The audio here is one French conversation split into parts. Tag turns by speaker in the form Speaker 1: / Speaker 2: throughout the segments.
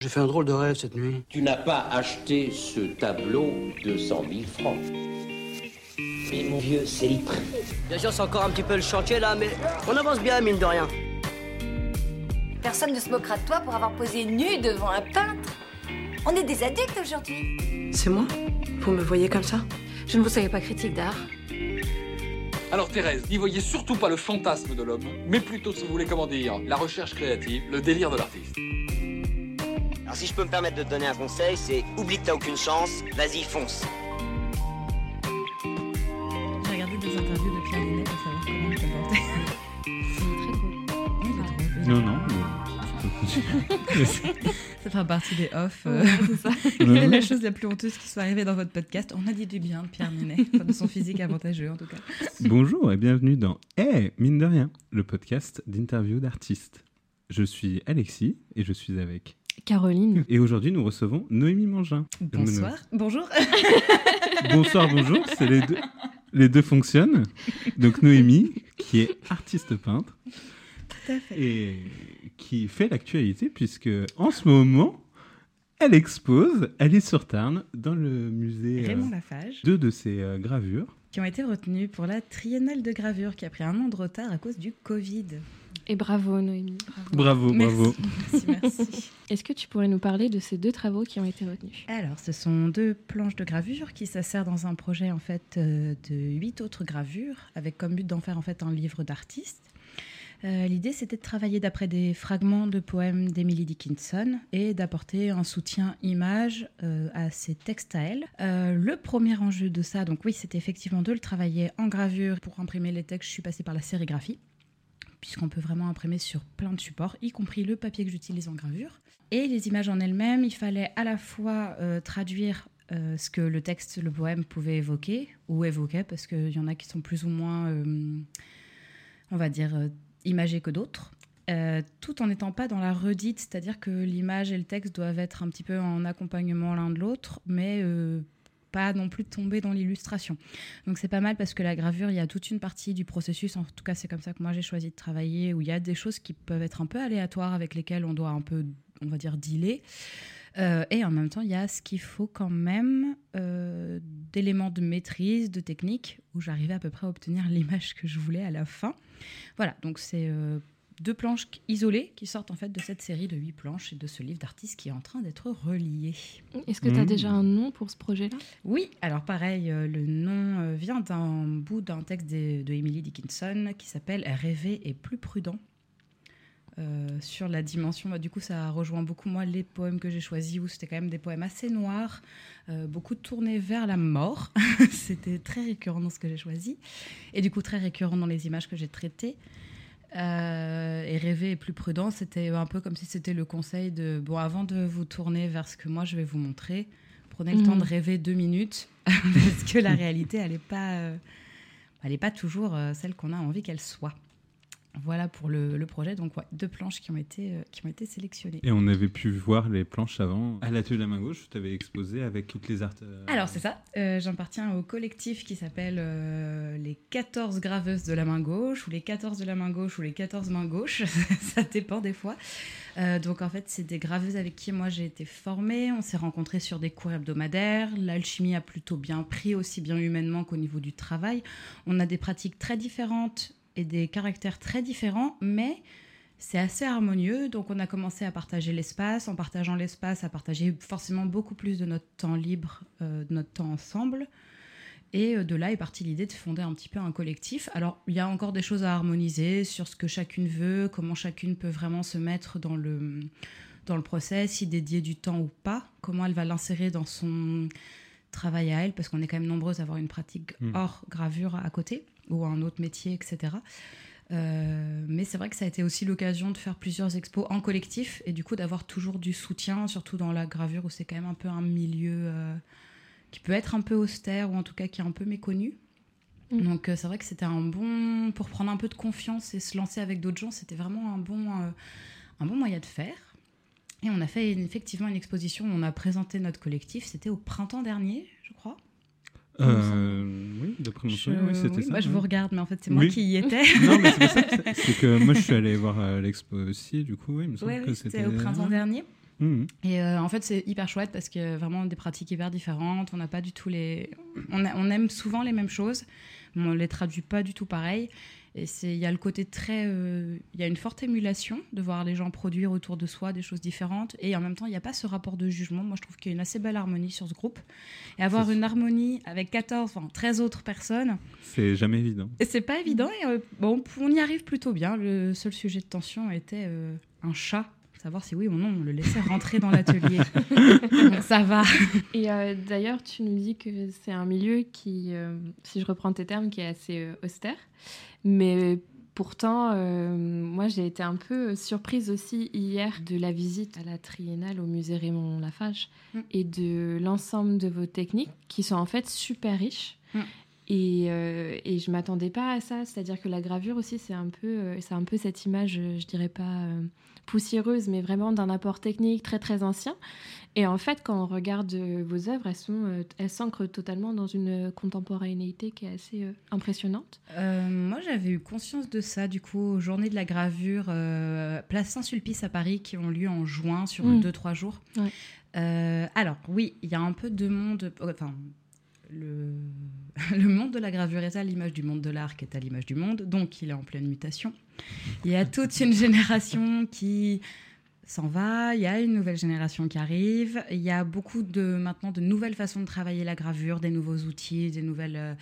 Speaker 1: J'ai fait un drôle de rêve cette nuit.
Speaker 2: Tu n'as pas acheté ce tableau 200 000 francs. Mais mon vieux, c'est le prix.
Speaker 1: Bien sûr, c'est encore un petit peu le chantier là, mais on avance bien, mine de rien.
Speaker 3: Personne ne se moquera de toi pour avoir posé nu devant un peintre. On est des adultes aujourd'hui.
Speaker 4: C'est moi? Vous me voyez comme ça?
Speaker 3: Je ne vous savais pas critique d'art.
Speaker 5: Alors Thérèse, n'y voyez surtout pas le fantasme de l'homme, mais plutôt, si vous voulez comment dire, la recherche créative, le délire de l'artiste.
Speaker 6: Alors si je peux me permettre de te donner un conseil, c'est oublie que t'as aucune chance, vas-y fonce.
Speaker 7: J'ai regardé des interviews de Pierre Ninet pour savoir comment il se comportait. C'est très cool.
Speaker 8: Non.
Speaker 7: Ça fera partie des off.
Speaker 3: C'est ça.
Speaker 7: Quelle est la chose la plus honteuse qui soit arrivée dans votre podcast? On a dit du bien de Pierre Ninet, enfin, de son physique avantageux en tout cas.
Speaker 8: Bonjour et bienvenue dans mine de rien, le podcast d'interview d'artistes. Je suis Alexis et je suis avec
Speaker 9: Caroline.
Speaker 8: Et aujourd'hui, nous recevons Noémie Mangin.
Speaker 7: Bonsoir. Bonjour.
Speaker 8: Bonsoir, bonjour. C'est les deux fonctionnent. Donc Noémie, qui est artiste peintre.
Speaker 7: Tout à fait.
Speaker 8: Et qui fait l'actualité puisque en ce moment, elle expose, elle est sur Tarn, dans le musée
Speaker 7: Raymond Lafage.
Speaker 8: Deux de ses gravures.
Speaker 7: Qui ont été retenues pour la Triennale de gravure qui a pris un an de retard à cause du Covid.
Speaker 9: Et bravo Noémie.
Speaker 8: Bravo.
Speaker 7: Merci.
Speaker 9: Est-ce que tu pourrais nous parler de ces 2 travaux qui ont été retenus?
Speaker 7: Alors, ce sont 2 planches de gravure qui s'insèrent dans un projet en fait de 8 autres gravures, avec comme but d'en faire en fait un livre d'artiste. L'idée, c'était de travailler d'après des fragments de poèmes d'Emily Dickinson et d'apporter un soutien image à ses textes à elle. Le premier enjeu de ça, donc oui, c'était effectivement de le travailler en gravure. Pour imprimer les textes, je suis passée par la sérigraphie, puisqu'on peut vraiment imprimer sur plein de supports, y compris le papier que j'utilise en gravure. Et les images en elles-mêmes, il fallait à la fois traduire ce que le texte, le poème pouvait évoquer, ou évoquait, parce qu'il y en a qui sont plus ou moins, on va dire, imagés que d'autres, tout en n'étant pas dans la redite, c'est-à-dire que l'image et le texte doivent être un petit peu en accompagnement l'un de l'autre, mais pas non plus tomber dans l'illustration. Donc c'est pas mal parce que la gravure, il y a toute une partie du processus, en tout cas c'est comme ça que moi j'ai choisi de travailler, où il y a des choses qui peuvent être un peu aléatoires avec lesquelles on doit un peu, on va dire, dealer. Et en même temps, il y a ce qu'il faut quand même d'éléments de maîtrise, de technique, où j'arrivais à peu près à obtenir l'image que je voulais à la fin. Voilà, donc c'est 2 planches isolées qui sortent en fait de cette série de 8 planches et de ce livre d'artiste qui est en train d'être relié.
Speaker 9: Est-ce que tu as déjà un nom pour ce projet-là?
Speaker 7: Oui, alors pareil, le nom vient d'un bout d'un texte de Emily Dickinson qui s'appelle « Rêver est plus prudent ». Sur la dimension, du coup ça rejoint beaucoup moi les poèmes que j'ai choisis où c'était quand même des poèmes assez noirs, beaucoup tournés vers la mort. C'était très récurrent dans ce que j'ai choisi et du coup très récurrent dans les images que j'ai traitées. Et rêver est plus prudent, c'était un peu comme si c'était le conseil de bon, avant de vous tourner vers ce que moi je vais vous montrer, prenez le temps de rêver 2 minutes parce que la réalité elle est pas toujours celle qu'on a envie qu'elle soit. Voilà pour le projet, donc 2 planches qui ont été sélectionnées.
Speaker 8: Et on avait pu voir les planches avant à l'atelier de la main gauche, tu avais exposé avec toutes les arts.
Speaker 7: Alors c'est ça, j'appartiens au collectif qui s'appelle les 14 graveuses de la main gauche, ou les 14 de la main gauche, ou les 14 mains gauches, ça dépend des fois. Donc en fait c'est des graveuses avec qui moi j'ai été formée, on s'est rencontrés sur des cours hebdomadaires, l'alchimie a plutôt bien pris aussi bien humainement qu'au niveau du travail. On a des pratiques très différentes et des caractères très différents, mais c'est assez harmonieux. Donc on a commencé à partager l'espace, en partageant l'espace, à partager forcément beaucoup plus de notre temps libre, de notre temps ensemble. Et de là est partie l'idée de fonder un petit peu un collectif. Alors il y a encore des choses à harmoniser sur ce que chacune veut, comment chacune peut vraiment se mettre dans le process, y dédier du temps ou pas, comment elle va l'insérer dans son travail à elle, parce qu'on est quand même nombreuses à avoir une pratique hors gravure à côté, ou un autre métier, etc. Mais c'est vrai que ça a été aussi l'occasion de faire plusieurs expos en collectif et du coup d'avoir toujours du soutien, surtout dans la gravure où c'est quand même un peu un milieu qui peut être un peu austère ou en tout cas qui est un peu méconnu. Donc c'est vrai que c'était un bon... Pour prendre un peu de confiance et se lancer avec d'autres gens, c'était vraiment un bon moyen de faire. Et on a fait effectivement une exposition où on a présenté notre collectif. C'était au printemps dernier, je crois.
Speaker 8: Oui, d'après mon souvenir, oui, c'était ça.
Speaker 7: Moi, je vous regarde, mais en fait, c'est moi qui y étais.
Speaker 8: Non, mais c'est pas ça. C'est que moi, je suis allé voir l'expo aussi, du coup, oui, il me semble que
Speaker 7: c'était au printemps dernier. Et en fait, c'est hyper chouette parce que vraiment des pratiques hyper différentes. On n'a pas du tout on aime souvent les mêmes choses, mais on les traduit pas du tout pareil. Et il y a le côté très... il y a une forte émulation de voir les gens produire autour de soi des choses différentes. Et en même temps, il n'y a pas ce rapport de jugement. Moi, je trouve qu'il y a une assez belle harmonie sur ce groupe. Et avoir une harmonie avec 13 autres personnes...
Speaker 8: C'est jamais évident.
Speaker 7: Et c'est pas évident. Et, on y arrive plutôt bien. Le seul sujet de tension était un chat. Savoir si oui ou non on le laissait rentrer dans l'atelier. Donc, ça va.
Speaker 9: Et d'ailleurs, tu nous dis que c'est un milieu qui, si je reprends tes termes, qui est assez austère. Mais pourtant, moi, j'ai été un peu surprise aussi hier de la visite à la Triennale au musée Raymond Lafage et de l'ensemble de vos techniques qui sont en fait super riches. Et je ne m'attendais pas à ça. C'est-à-dire que la gravure aussi, c'est un peu cette image, je dirais pas poussiéreuse, mais vraiment d'un apport technique très, très ancien. Et en fait, quand on regarde vos œuvres, elles s'ancrent totalement dans une contemporanéité qui est assez impressionnante.
Speaker 7: Moi, j'avais eu conscience de ça, du coup, aux Journées de la gravure, Place Saint-Sulpice à Paris, qui ont lieu en juin sur 2-3 jours. Ouais. Alors, oui, il y a un peu de monde... Enfin, le monde de la gravure est à l'image du monde de l'art qui est à l'image du monde, donc il est en pleine mutation. Il y a toute une génération qui s'en va, il y a une nouvelle génération qui arrive, il y a beaucoup maintenant de nouvelles façons de travailler la gravure, des nouveaux outils, des nouvelles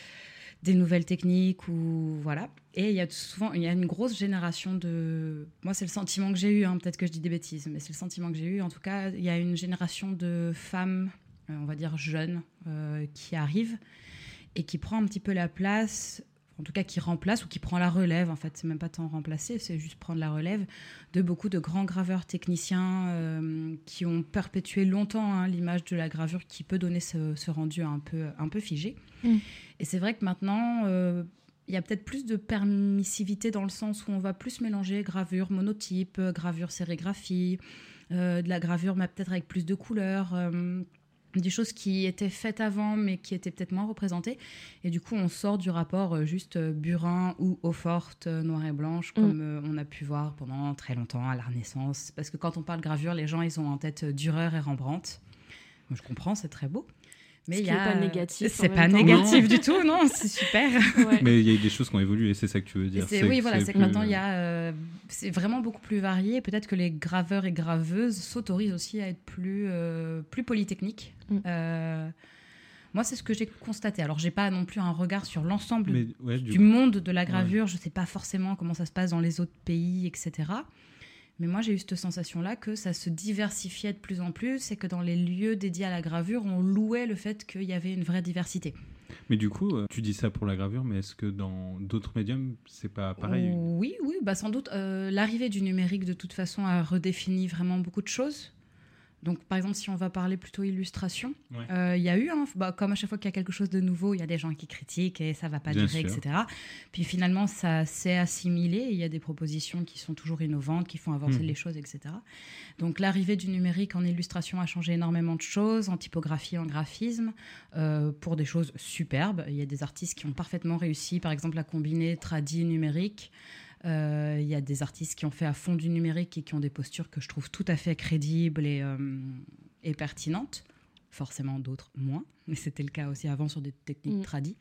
Speaker 7: techniques, ou voilà. Et il y a une grosse génération de... Moi, c'est le sentiment que j'ai eu, peut-être que je dis des bêtises, mais c'est le sentiment que j'ai eu. En tout cas, il y a une génération de femmes, on va dire jeunes, qui arrivent et qui prend un petit peu la place, en tout cas qui remplace ou qui prend la relève, en fait, c'est même pas tant remplacer, c'est juste prendre la relève de beaucoup de grands graveurs techniciens qui ont perpétué longtemps l'image de la gravure qui peut donner ce rendu un peu figé. Et c'est vrai que maintenant, il y a peut-être plus de permissivité dans le sens où on va plus mélanger gravure monotype, gravure sérigraphie, de la gravure mais peut-être avec plus de couleurs, des choses qui étaient faites avant mais qui étaient peut-être moins représentées, et du coup on sort du rapport juste burin ou eau forte, noire et blanche, comme on a pu voir pendant très longtemps à la Renaissance, parce que quand on parle gravure, les gens ils ont en tête Dürer et Rembrandt. Moi je comprends, c'est très beau, mais il y a
Speaker 9: pas négatif.
Speaker 7: C'est pas négatif du tout, non, c'est super.
Speaker 8: Ouais. Mais il y a eu des choses qui ont évolué, c'est ça que tu veux dire.
Speaker 7: C'est que maintenant il y a, c'est vraiment beaucoup plus varié. Peut-être que les graveurs et graveuses s'autorisent aussi à être plus polytechniques. Moi, c'est ce que j'ai constaté. Alors, j'ai pas non plus un regard sur l'ensemble du monde de la gravure. Je sais pas forcément comment ça se passe dans les autres pays, etc. Mais moi, j'ai eu cette sensation-là que ça se diversifiait de plus en plus et que dans les lieux dédiés à la gravure, on louait le fait qu'il y avait une vraie diversité.
Speaker 8: Mais du coup, tu dis ça pour la gravure, mais est-ce que dans d'autres médiums, c'est pas pareil ?
Speaker 7: Oui, sans doute. L'arrivée du numérique, de toute façon, a redéfini vraiment beaucoup de choses. Donc, par exemple, si on va parler plutôt illustration, il y a eu, comme à chaque fois qu'il y a quelque chose de nouveau, il y a des gens qui critiquent et ça ne va pas durer, etc. Puis finalement, ça s'est assimilé et il y a des propositions qui sont toujours innovantes, qui font avancer les choses, etc. Donc, l'arrivée du numérique en illustration a changé énormément de choses, en typographie, en graphisme, pour des choses superbes. Il y a des artistes qui ont parfaitement réussi, par exemple, à combiner tradi numérique. Il y a des artistes qui ont fait à fond du numérique et qui ont des postures que je trouve tout à fait crédibles et pertinentes. Forcément, d'autres moins, mais c'était le cas aussi avant sur des techniques tradies.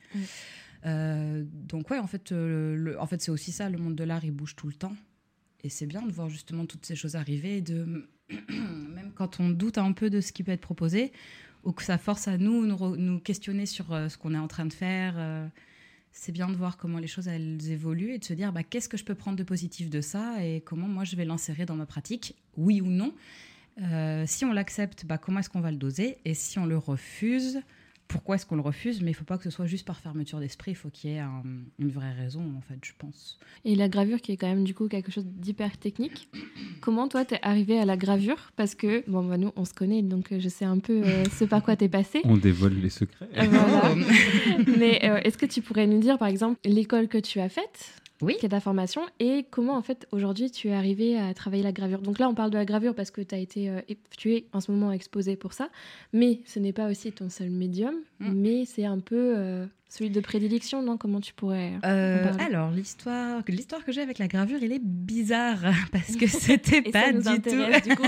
Speaker 7: Donc ouais, en fait, c'est aussi ça, le monde de l'art, il bouge tout le temps. Et c'est bien de voir justement toutes ces choses arriver, même quand on doute un peu de ce qui peut être proposé, ou que ça force à nous questionner sur ce qu'on est en train de faire. C'est bien de voir comment les choses elles évoluent et de se dire qu'est-ce que je peux prendre de positif de ça et comment moi je vais l'insérer dans ma pratique, oui ou non. Si on l'accepte, comment est-ce qu'on va le doser, et si on le refuse, pourquoi est-ce qu'on le refuse? Mais il ne faut pas que ce soit juste par fermeture d'esprit, il faut qu'il y ait une vraie raison, en fait, je pense.
Speaker 9: Et la gravure qui est quand même du coup quelque chose d'hyper technique, comment toi t'es arrivée à la gravure? Parce que, nous on se connaît, donc je sais un peu ce par quoi t'es passée.
Speaker 8: On dévoile les secrets.
Speaker 9: Voilà. Mais est-ce que tu pourrais nous dire, par exemple, l'école que tu as faite?
Speaker 7: Oui.
Speaker 9: Quelle est ta formation et comment en fait aujourd'hui tu es arrivé à travailler la gravure. Donc là on parle de la gravure parce que tu es en ce moment exposé pour ça, mais ce n'est pas aussi ton seul médium, mais c'est un peu celui de prédilection, non? Comment tu pourrais en parler?
Speaker 7: Alors l'histoire que j'ai avec la gravure, elle est bizarre parce que c'était pas du tout.
Speaker 9: Du coup.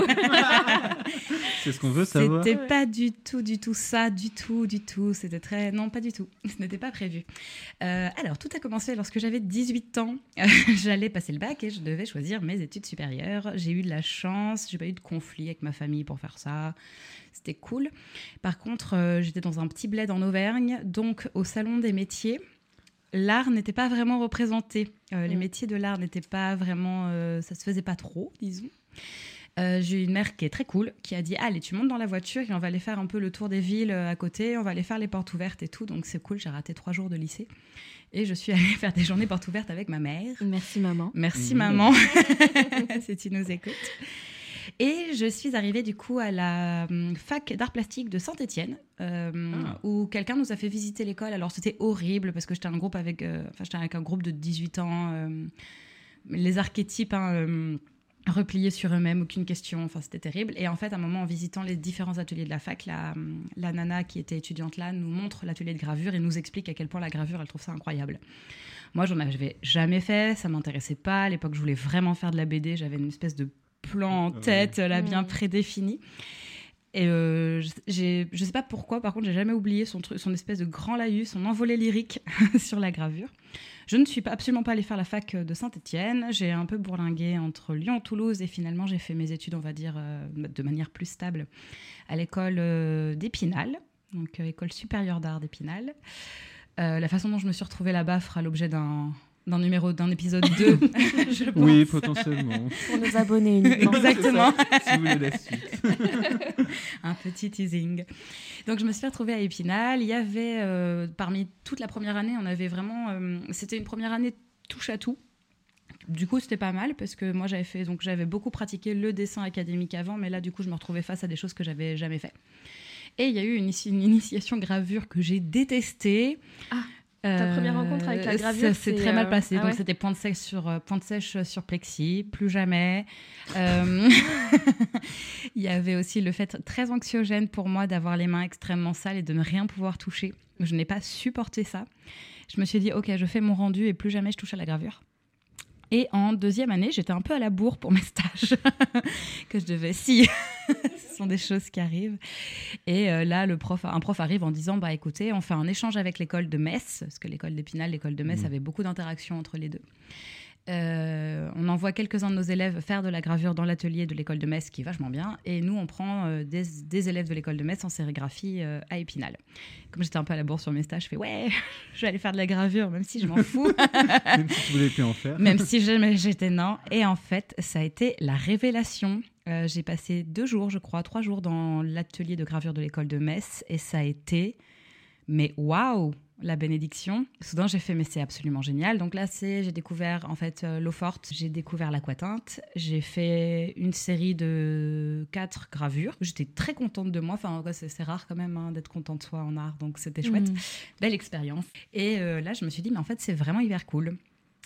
Speaker 8: C'est ce qu'on veut savoir.
Speaker 7: C'était pas du tout ça, du tout. C'était très... Non, pas du tout. Ce n'était pas prévu. Alors, tout a commencé lorsque j'avais 18 ans. J'allais passer le bac et je devais choisir mes études supérieures. J'ai eu de la chance, j'ai pas eu de conflit avec ma famille pour faire ça. C'était cool. Par contre, j'étais dans un petit bled en Auvergne, donc au salon des métiers, l'art n'était pas vraiment représenté. Les métiers de l'art n'étaient pas vraiment... ça se faisait pas trop, disons. J'ai eu une mère qui est très cool, qui a dit « Allez, tu montes dans la voiture et on va aller faire un peu le tour des villes à côté, on va aller faire les portes ouvertes et tout. » Donc c'est cool, j'ai raté 3 jours de lycée. Et je suis allée faire des journées portes ouvertes avec ma mère.
Speaker 9: Merci maman.
Speaker 7: Merci maman, si tu nous écoutes. Et je suis arrivée du coup à la fac d'art plastique de Saint-Étienne, où quelqu'un nous a fait visiter l'école. Alors c'était horrible parce que j'étais avec un groupe de 18 ans, les archétypes repliés sur eux-mêmes, aucune question, enfin c'était terrible. Et en fait, à un moment, en visitant les différents ateliers de la fac, la nana qui était étudiante là nous montre l'atelier de gravure et nous explique à quel point la gravure, elle trouve ça incroyable. Moi, j'en avais jamais fait, ça m'intéressait pas. À l'époque, je voulais vraiment faire de la BD, j'avais une espèce de plan en tête, là, bien prédéfini. Et je sais pas pourquoi, par contre, j'ai jamais oublié son espèce de grand laïus, son envolée lyrique sur la gravure. Je ne suis absolument pas allée faire la fac de Saint-Étienne. J'ai un peu bourlingué entre Lyon et Toulouse et finalement, j'ai fait mes études, on va dire, de manière plus stable à l'école d'Épinal, donc école supérieure d'art d'Épinal. La façon dont je me suis retrouvée là-bas fera l'objet d'un épisode 2, je pense.
Speaker 8: Oui, potentiellement.
Speaker 9: Pour nos abonnés uniquement.
Speaker 7: Exactement.
Speaker 8: Si vous voulez la suite.
Speaker 7: Un petit teasing. Donc, je me suis retrouvée à Épinal. Il y avait, parmi toute la première année, on avait vraiment... c'était une première année touche à tout. Du coup, c'était pas mal parce que moi, j'avais beaucoup pratiqué le dessin académique avant, mais là, du coup, je me retrouvais face à des choses que j'avais jamais fait. Et il y a eu une initiation gravure que j'ai détestée.
Speaker 9: Ah. Ta première rencontre avec la gravure,
Speaker 7: ça s'est très mal passé.
Speaker 9: Ah
Speaker 7: donc
Speaker 9: ouais,
Speaker 7: c'était pointe sèche sur plexi, plus jamais. Il y avait aussi le fait très anxiogène pour moi d'avoir les mains extrêmement sales et de ne rien pouvoir toucher. Je n'ai pas supporté ça. Je me suis dit, ok, je fais mon rendu et plus jamais je touche à la gravure. Et en 2e année, j'étais un peu à la bourre pour mes stages que je devais. Si, ce sont des choses qui arrivent. Et là, un prof arrive en disant, bah écoutez, on fait un échange avec l'école de Metz, parce que l'école d'Épinal, l'école de Metz avait beaucoup d'interactions entre les deux. On envoie quelques-uns de nos élèves faire de la gravure dans l'atelier de l'école de Metz, qui est vachement bien. Et nous, on prend des élèves de l'école de Metz en sérigraphie à Épinal. Comme j'étais un peu à la bourre sur mes stages, je fais ouais, je vais aller faire de la gravure, même si je m'en fous.
Speaker 8: Même si tu voulais plus en faire.
Speaker 7: Même si j'étais non. Et en fait, ça a été la révélation. J'ai passé 3 jours dans l'atelier de gravure de l'école de Metz. Et ça a été... Mais waouh, la bénédiction. Soudain, j'ai fait, mais c'est absolument génial. Donc là, j'ai découvert en fait l'eau forte, j'ai découvert l'aquatinte, j'ai fait une série de 4 gravures. J'étais très contente de moi. Enfin, c'est rare quand même d'être contente de soi en art, donc c'était chouette. Belle expérience. Et là, je me suis dit, mais en fait, c'est vraiment hyper cool.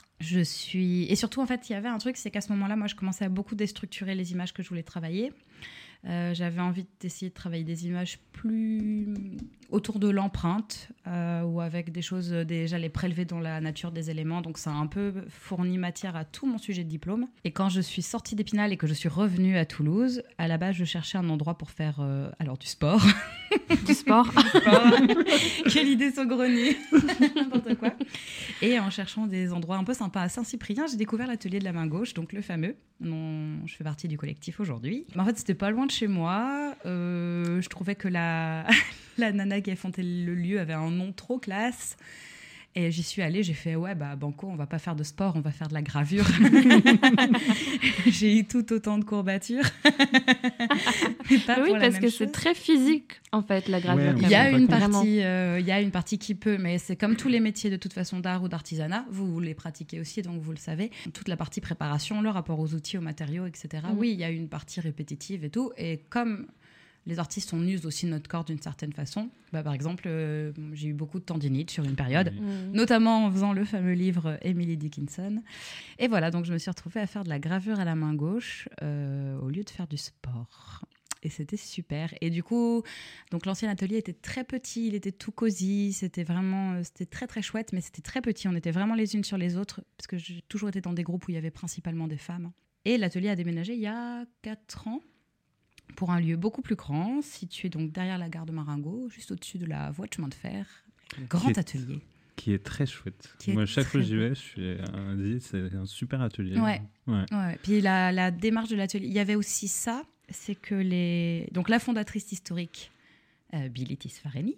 Speaker 7: Et surtout, en fait, il y avait un truc, c'est qu'à ce moment-là, moi, je commençais à beaucoup déstructurer les images que je voulais travailler. J'avais envie d'essayer de travailler des images plus autour de l'empreinte ou avec des choses, j'allais prélever dans la nature des éléments, donc ça a un peu fourni matière à tout mon sujet de diplôme. Et quand je suis sortie d'Épinal et que je suis revenue à Toulouse, à la base je cherchais un endroit pour faire du sport.
Speaker 9: Du sport.
Speaker 7: Quelle idée saugrenue. N'importe quoi. Et en cherchant des endroits un peu sympas à Saint-Cyprien, j'ai découvert l'atelier de la main gauche, donc le fameux, dont je fais partie du collectif aujourd'hui. Mais en fait, c'était pas loin de chez moi. Je trouvais que la nana qui a fondé le lieu avait un nom trop classe. Et j'y suis allée, j'ai fait, ouais, bah, banco, on va pas faire de sport, on va faire de la gravure. J'ai eu tout autant de courbatures. Mais pas
Speaker 9: oui,
Speaker 7: pour la
Speaker 9: parce
Speaker 7: même
Speaker 9: que
Speaker 7: chose.
Speaker 9: c'est très physique, en fait, la gravure.
Speaker 8: Ouais,
Speaker 7: Il y a une partie qui peut, mais c'est comme tous les métiers de toute façon d'art ou d'artisanat, vous les pratiquez aussi, donc vous le savez. Toute la partie préparation, le rapport aux outils, aux matériaux, etc. Oui, il y a une partie répétitive et tout. Et comme Les artistes, on use aussi notre corps d'une certaine façon. Par exemple, j'ai eu beaucoup de tendinite sur une période, notamment en faisant le fameux livre Emily Dickinson. Et voilà, donc je me suis retrouvée à faire de la gravure à la main gauche au lieu de faire du sport. Et c'était super. Et du coup, donc l'ancien atelier était très petit, il était tout cosy, c'était très très chouette, mais c'était très petit. On était vraiment les unes sur les autres, parce que j'ai toujours été dans des groupes où il y avait principalement des femmes. Et l'atelier a déménagé il y a 4 ans pour un lieu beaucoup plus grand, situé donc derrière la gare de Marengo, juste au-dessus de la voie de chemin de fer. Un grand atelier.
Speaker 8: Qui est très chouette. Moi, chaque fois que j'y vais, je suis dit, c'est un super atelier.
Speaker 7: Ouais. Puis la démarche de l'atelier, il y avait aussi ça. C'est que donc la fondatrice historique, Billy Tisfareni,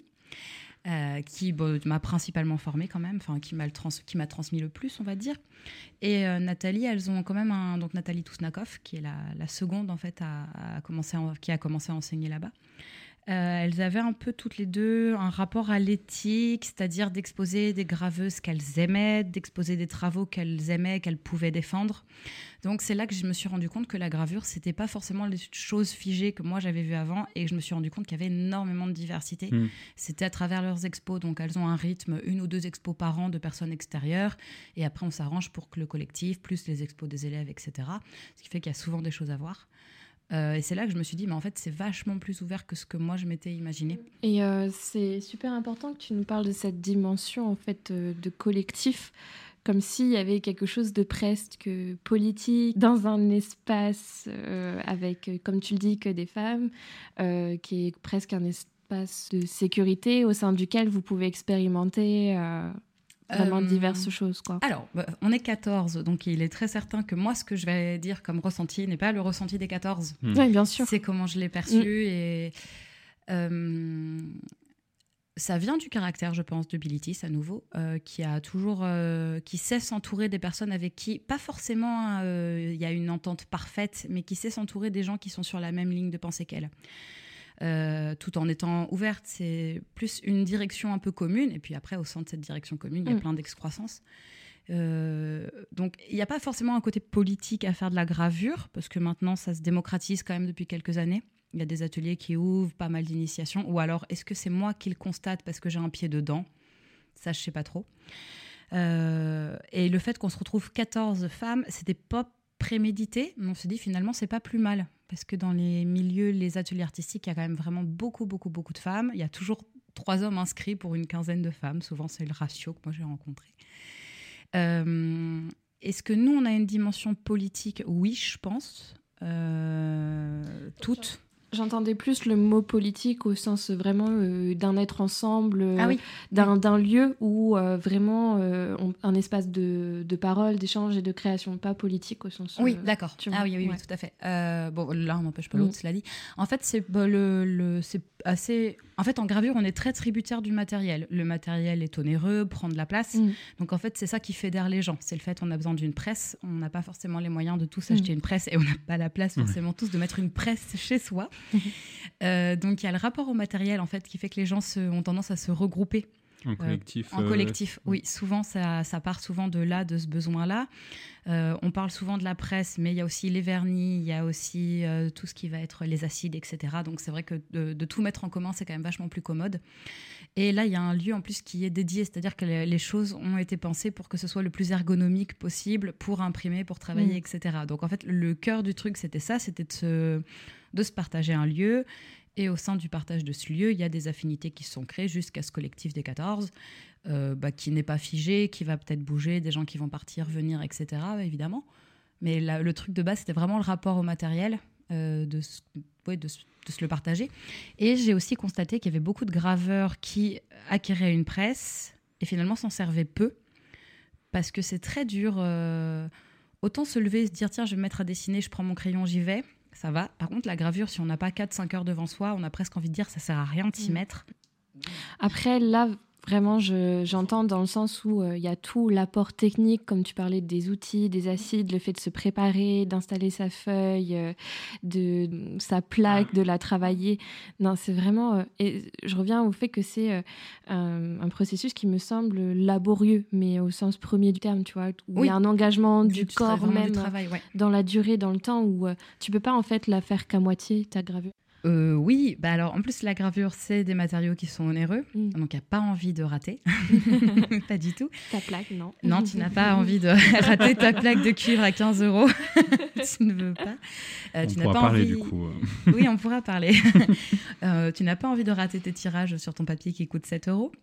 Speaker 7: qui m'a principalement formée quand même, qui m'a transmis le plus, on va dire. Et Nathalie, elles ont quand même donc Nathalie Tousnakov, qui est la seconde en fait qui a commencé à enseigner là-bas. Elles avaient un peu toutes les deux un rapport à l'éthique, c'est-à-dire d'exposer des graveuses qu'elles aimaient, d'exposer des travaux qu'elles aimaient, qu'elles pouvaient défendre. Donc c'est là que je me suis rendu compte que la gravure, c'était pas forcément les choses figées que moi j'avais vues avant, et je me suis rendu compte qu'il y avait énormément de diversité. C'était à travers leurs expos, donc elles ont un rythme 1 ou 2 expos par an de personnes extérieures, et après on s'arrange pour que le collectif, plus les expos des élèves, etc. Ce qui fait qu'il y a souvent des choses à voir. Et c'est là que je me suis dit, mais en fait, c'est vachement plus ouvert que ce que moi, je m'étais imaginé.
Speaker 9: Et c'est super important que tu nous parles de cette dimension, en fait, de collectif, comme s'il y avait quelque chose de presque politique dans un espace avec, comme tu le dis, que des femmes, qui est presque un espace de sécurité au sein duquel vous pouvez expérimenter... vraiment diverses choses, quoi.
Speaker 7: Alors, on est 14, donc il est très certain que moi, ce que je vais dire comme ressenti n'est pas le ressenti des 14.
Speaker 9: Oui, bien sûr.
Speaker 7: C'est comment je l'ai perçu et ça vient du caractère, je pense, de Bilitis, à nouveau, qui sait s'entourer des personnes avec qui, pas forcément il y a une entente parfaite, mais qui sait s'entourer des gens qui sont sur la même ligne de pensée qu'elle. Tout en étant ouverte, c'est plus une direction un peu commune, et puis après au sein de cette direction commune il y a plein d'excroissances, donc il n'y a pas forcément un côté politique à faire de la gravure, parce que maintenant ça se démocratise quand même depuis quelques années. Il y a des ateliers qui ouvrent, pas mal d'initiations, ou alors est-ce que c'est moi qui le constate parce que j'ai un pied dedans, ça je sais pas trop. Et le fait qu'on se retrouve 14 femmes, c'était pas prémédité, mais on se dit finalement c'est pas plus mal, parce que dans les milieux, les ateliers artistiques, il y a quand même vraiment beaucoup de femmes. Il y a toujours 3 hommes inscrits pour une quinzaine de femmes, souvent c'est le ratio que moi j'ai rencontré. Est-ce que nous on a une dimension politique? Oui, je pense, toutes.
Speaker 9: J'entendais plus le mot politique au sens vraiment d'un être ensemble, d'un lieu où vraiment un espace de parole, d'échange et de création, pas politique au sens...
Speaker 7: Oui, d'accord. Oui, tout à fait. Là, on n'empêche pas l'autre, cela dit. En fait, c'est assez... En fait, en gravure, on est très tributaire du matériel. Le matériel est onéreux, prend de la place. Donc, en fait, c'est ça qui fédère les gens. C'est le fait qu'on a besoin d'une presse. On n'a pas forcément les moyens de tous acheter une presse, et on n'a pas la place forcément tous de mettre une presse chez soi. Donc, il y a le rapport au matériel, en fait, qui fait que les gens ont tendance à se regrouper.
Speaker 8: En collectif.
Speaker 7: Oui. Souvent, ça part souvent de ce besoin-là. On parle souvent de la presse, mais il y a aussi les vernis, il y a aussi tout ce qui va être les acides, etc. Donc, c'est vrai que de tout mettre en commun, c'est quand même vachement plus commode. Et là, il y a un lieu en plus qui est dédié, c'est-à-dire que les choses ont été pensées pour que ce soit le plus ergonomique possible pour imprimer, pour travailler, etc. Donc, en fait, le cœur du truc, c'était ça, c'était de se partager un lieu. Et au sein du partage de ce lieu, il y a des affinités qui se sont créées jusqu'à ce collectif des 14, qui n'est pas figé, qui va peut-être bouger, des gens qui vont partir, venir, etc., évidemment. Mais le truc de base, c'était vraiment le rapport au matériel, de se le partager. Et j'ai aussi constaté qu'il y avait beaucoup de graveurs qui acquéraient une presse et finalement s'en servaient peu, parce que c'est très dur. Autant se lever et se dire, tiens, je vais me mettre à dessiner, je prends mon crayon, j'y vais. Ça va. Par contre, la gravure, si on n'a pas 4-5 heures devant soi, on a presque envie de dire ça sert à rien de s'y mettre.
Speaker 9: Après, là, vraiment, j'entends dans le sens où il y a tout l'apport technique, comme tu parlais des outils, des acides, le fait de se préparer, d'installer sa feuille, de sa plaque, de la travailler. Non, c'est vraiment... et je reviens au fait que c'est un processus qui me semble laborieux, mais au sens premier du terme, tu vois, où il y a un engagement du corps même,
Speaker 7: du travail,
Speaker 9: dans la durée, dans le temps, où tu peux pas en fait la faire qu'à moitié, ta gravure.
Speaker 7: Oui, alors en plus la gravure c'est des matériaux qui sont onéreux, donc il n'y a pas envie de rater, pas du tout.
Speaker 9: Ta plaque, non.
Speaker 7: Non, tu n'as pas envie de rater ta plaque de cuivre à 15 €, tu ne veux pas.
Speaker 8: On
Speaker 7: tu n'as
Speaker 8: pourra
Speaker 7: pas
Speaker 8: parler
Speaker 7: envie...
Speaker 8: du coup.
Speaker 7: Oui, on pourra parler. Tu n'as pas envie de rater tes tirages sur ton papier qui coûte 7 €.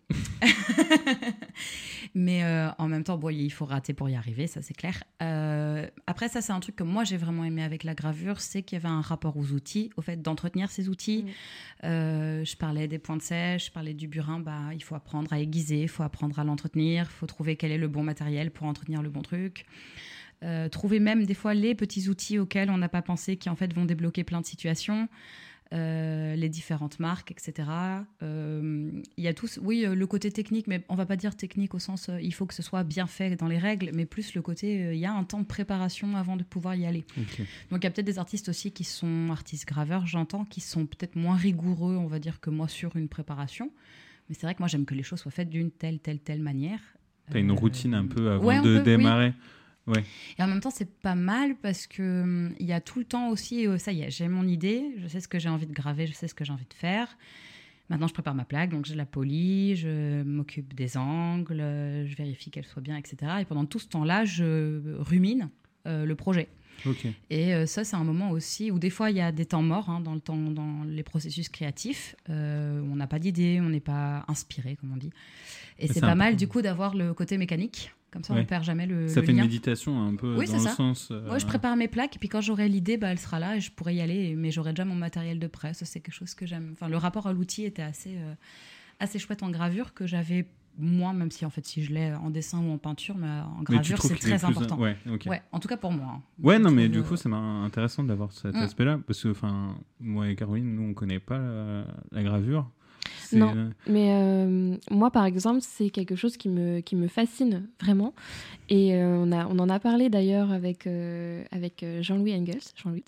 Speaker 7: Mais en même temps, il faut rater pour y arriver, ça c'est clair. Après, ça c'est un truc que moi j'ai vraiment aimé avec la gravure, c'est qu'il y avait un rapport aux outils, au fait d'entretenir ces outils. Je parlais des pointes sèches, je parlais du burin, il faut apprendre à aiguiser, il faut apprendre à l'entretenir, il faut trouver quel est le bon matériel pour entretenir le bon truc. Trouver même des fois les petits outils auxquels on n'a pas pensé qui en fait vont débloquer plein de situations. Les différentes marques, etc. Il y a tous, le côté technique, mais on va pas dire technique au sens il faut que ce soit bien fait dans les règles, mais plus le côté il y a un temps de préparation avant de pouvoir y aller.
Speaker 8: Okay.
Speaker 7: Donc il y a peut-être des artistes aussi qui sont artistes graveurs, j'entends, qui sont peut-être moins rigoureux, on va dire, que moi sur une préparation. Mais c'est vrai que moi j'aime que les choses soient faites d'une telle manière.
Speaker 8: T'as une routine un peu avant de démarrer.
Speaker 7: Oui. Ouais. Et en même temps, c'est pas mal parce qu'il y a tout le temps aussi, ça y est, j'ai mon idée, je sais ce que j'ai envie de graver, je sais ce que j'ai envie de faire. Maintenant, je prépare ma plaque, donc je la polis, je m'occupe des angles, je vérifie qu'elle soit bien, etc. Et pendant tout ce temps-là, je rumine le projet.
Speaker 8: Okay.
Speaker 7: Et ça, c'est un moment aussi où des fois, il y a des temps morts dans les processus créatifs. On n'a pas d'idée, on n'est pas inspiré, comme on dit. Et c'est pas mal, du coup, d'avoir le côté mécanique. Comme ça, on ne perd jamais le lien.
Speaker 8: Ça fait une méditation un peu dans le sens...
Speaker 7: Oui, je prépare mes plaques et puis quand j'aurai l'idée, elle sera là et je pourrai y aller. Mais j'aurai déjà mon matériel de prêt. Ça, c'est quelque chose que j'aime. Enfin, le rapport à l'outil était assez chouette en gravure que j'avais moins, même si en fait, si je l'ai en dessin ou en peinture, mais en gravure, c'est très important.
Speaker 8: Ouais, okay.
Speaker 7: Ouais, en tout cas pour moi. Hein.
Speaker 8: Ouais, non, mais du coup, c'est intéressant d'avoir cet aspect-là. Parce que moi et Caroline, nous, on ne connaît pas la gravure.
Speaker 9: Non, mais moi, par exemple, c'est quelque chose qui me fascine vraiment. Et on en a parlé d'ailleurs avec Jean-Louis Engels, Jean-Louis.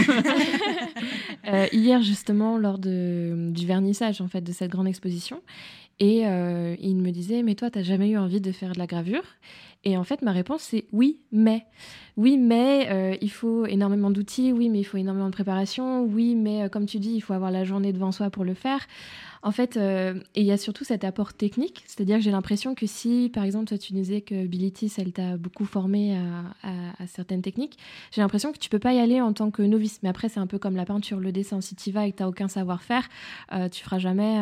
Speaker 9: Hier, justement, lors du vernissage en fait, de cette grande exposition. Et il me disait, mais toi, tu n'as jamais eu envie de faire de la gravure ? Et en fait, ma réponse, c'est oui, mais il faut énormément d'outils, oui, mais il faut énormément de préparation, oui, mais comme tu dis, il faut avoir la journée devant soi pour le faire. En fait, et il y a surtout cet apport technique, c'est-à-dire que j'ai l'impression que si, par exemple, toi, tu disais que Bilitis, elle t'a beaucoup formé à certaines techniques, j'ai l'impression que tu peux pas y aller en tant que novice. Mais après, c'est un peu comme la peinture, le dessin. Si tu y vas et que tu n'as aucun savoir-faire, tu feras jamais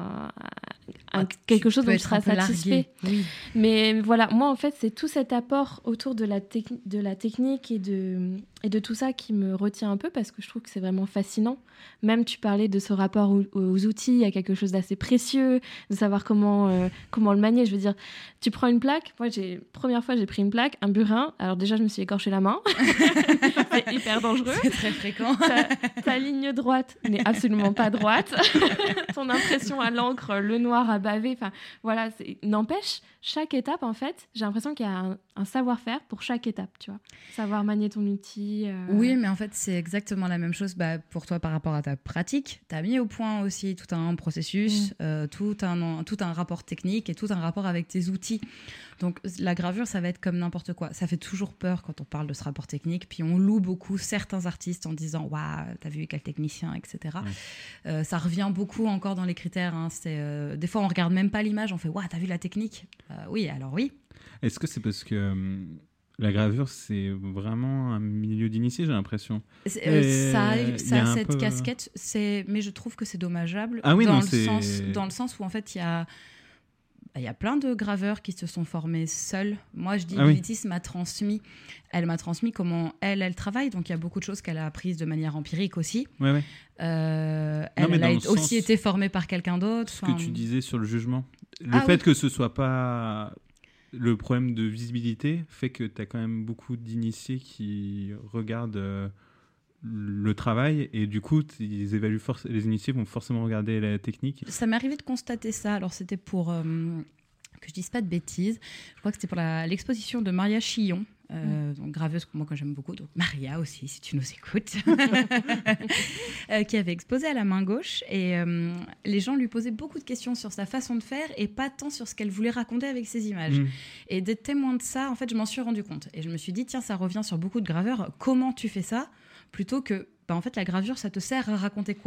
Speaker 9: quelque chose dont tu seras satisfait. Oui. Mais voilà, moi, en fait, c'est tout cet apport autour de la technique et de tout ça qui me retient un peu parce que je trouve que c'est vraiment fascinant. Même tu parlais de ce rapport aux outils, il y a quelque chose d'assez précieux, de savoir comment le manier. Je veux dire, tu prends une plaque. Moi, première fois, j'ai pris une plaque, un burin. Alors déjà, je me suis écorché la main. C'est hyper dangereux.
Speaker 7: C'est très fréquent.
Speaker 9: Ta ligne droite n'est absolument pas droite. Ton impression à l'encre, le noir à baver. Enfin, voilà. N'empêche, chaque étape, en fait, j'ai l'impression qu'il y a un savoir-faire pour chaque étape, tu vois. Savoir manier ton outil.
Speaker 7: Oui, mais en fait, c'est exactement la même chose pour toi par rapport à ta pratique. Tu as mis au point aussi tout un processus, tout un rapport technique et tout un rapport avec tes outils. Donc, la gravure, ça va être comme n'importe quoi. Ça fait toujours peur quand on parle de ce rapport technique. Puis, on loue beaucoup certains artistes en disant « Waouh, t'as vu quel technicien, etc. » Ça revient beaucoup encore dans les critères. Hein. Des fois, on regarde même pas l'image. On fait « Waouh, t'as vu la technique ?» Oui, alors oui.
Speaker 8: Est-ce que c'est parce que la gravure, c'est vraiment un milieu d'initié, j'ai l'impression.
Speaker 7: Ça a cette casquette, mais je trouve que c'est dommageable dans le sens où, en fait, il y a plein de graveurs qui se sont formés seuls. Moi, je dis, Bilitis m'a transmis. Elle m'a transmis comment elle travaille. Donc, il y a beaucoup de choses qu'elle a apprises de manière empirique aussi.
Speaker 8: Ouais.
Speaker 7: Elle a aussi été formée par quelqu'un d'autre.
Speaker 8: Ce que tu disais sur le jugement. Le fait que ce soit pas... Le problème de visibilité fait que tu as quand même beaucoup d'initiés qui regardent le travail et du coup, ils évaluent les initiés vont forcément regarder la technique.
Speaker 7: Ça m'est arrivé de constater ça. Alors, c'était pour... que je dise pas de bêtises. Je crois que c'était pour l'exposition de Maria Chillon, donc graveuse moi que j'aime beaucoup, donc Maria aussi si tu nous écoutes, qui avait exposé à la main gauche et les gens lui posaient beaucoup de questions sur sa façon de faire et pas tant sur ce qu'elle voulait raconter avec ses images. Et d'être témoin de ça, en fait, je m'en suis rendu compte et je me suis dit tiens, ça revient sur beaucoup de graveurs. Comment tu fais ça plutôt que en fait, la gravure, ça te sert à raconter quoi ?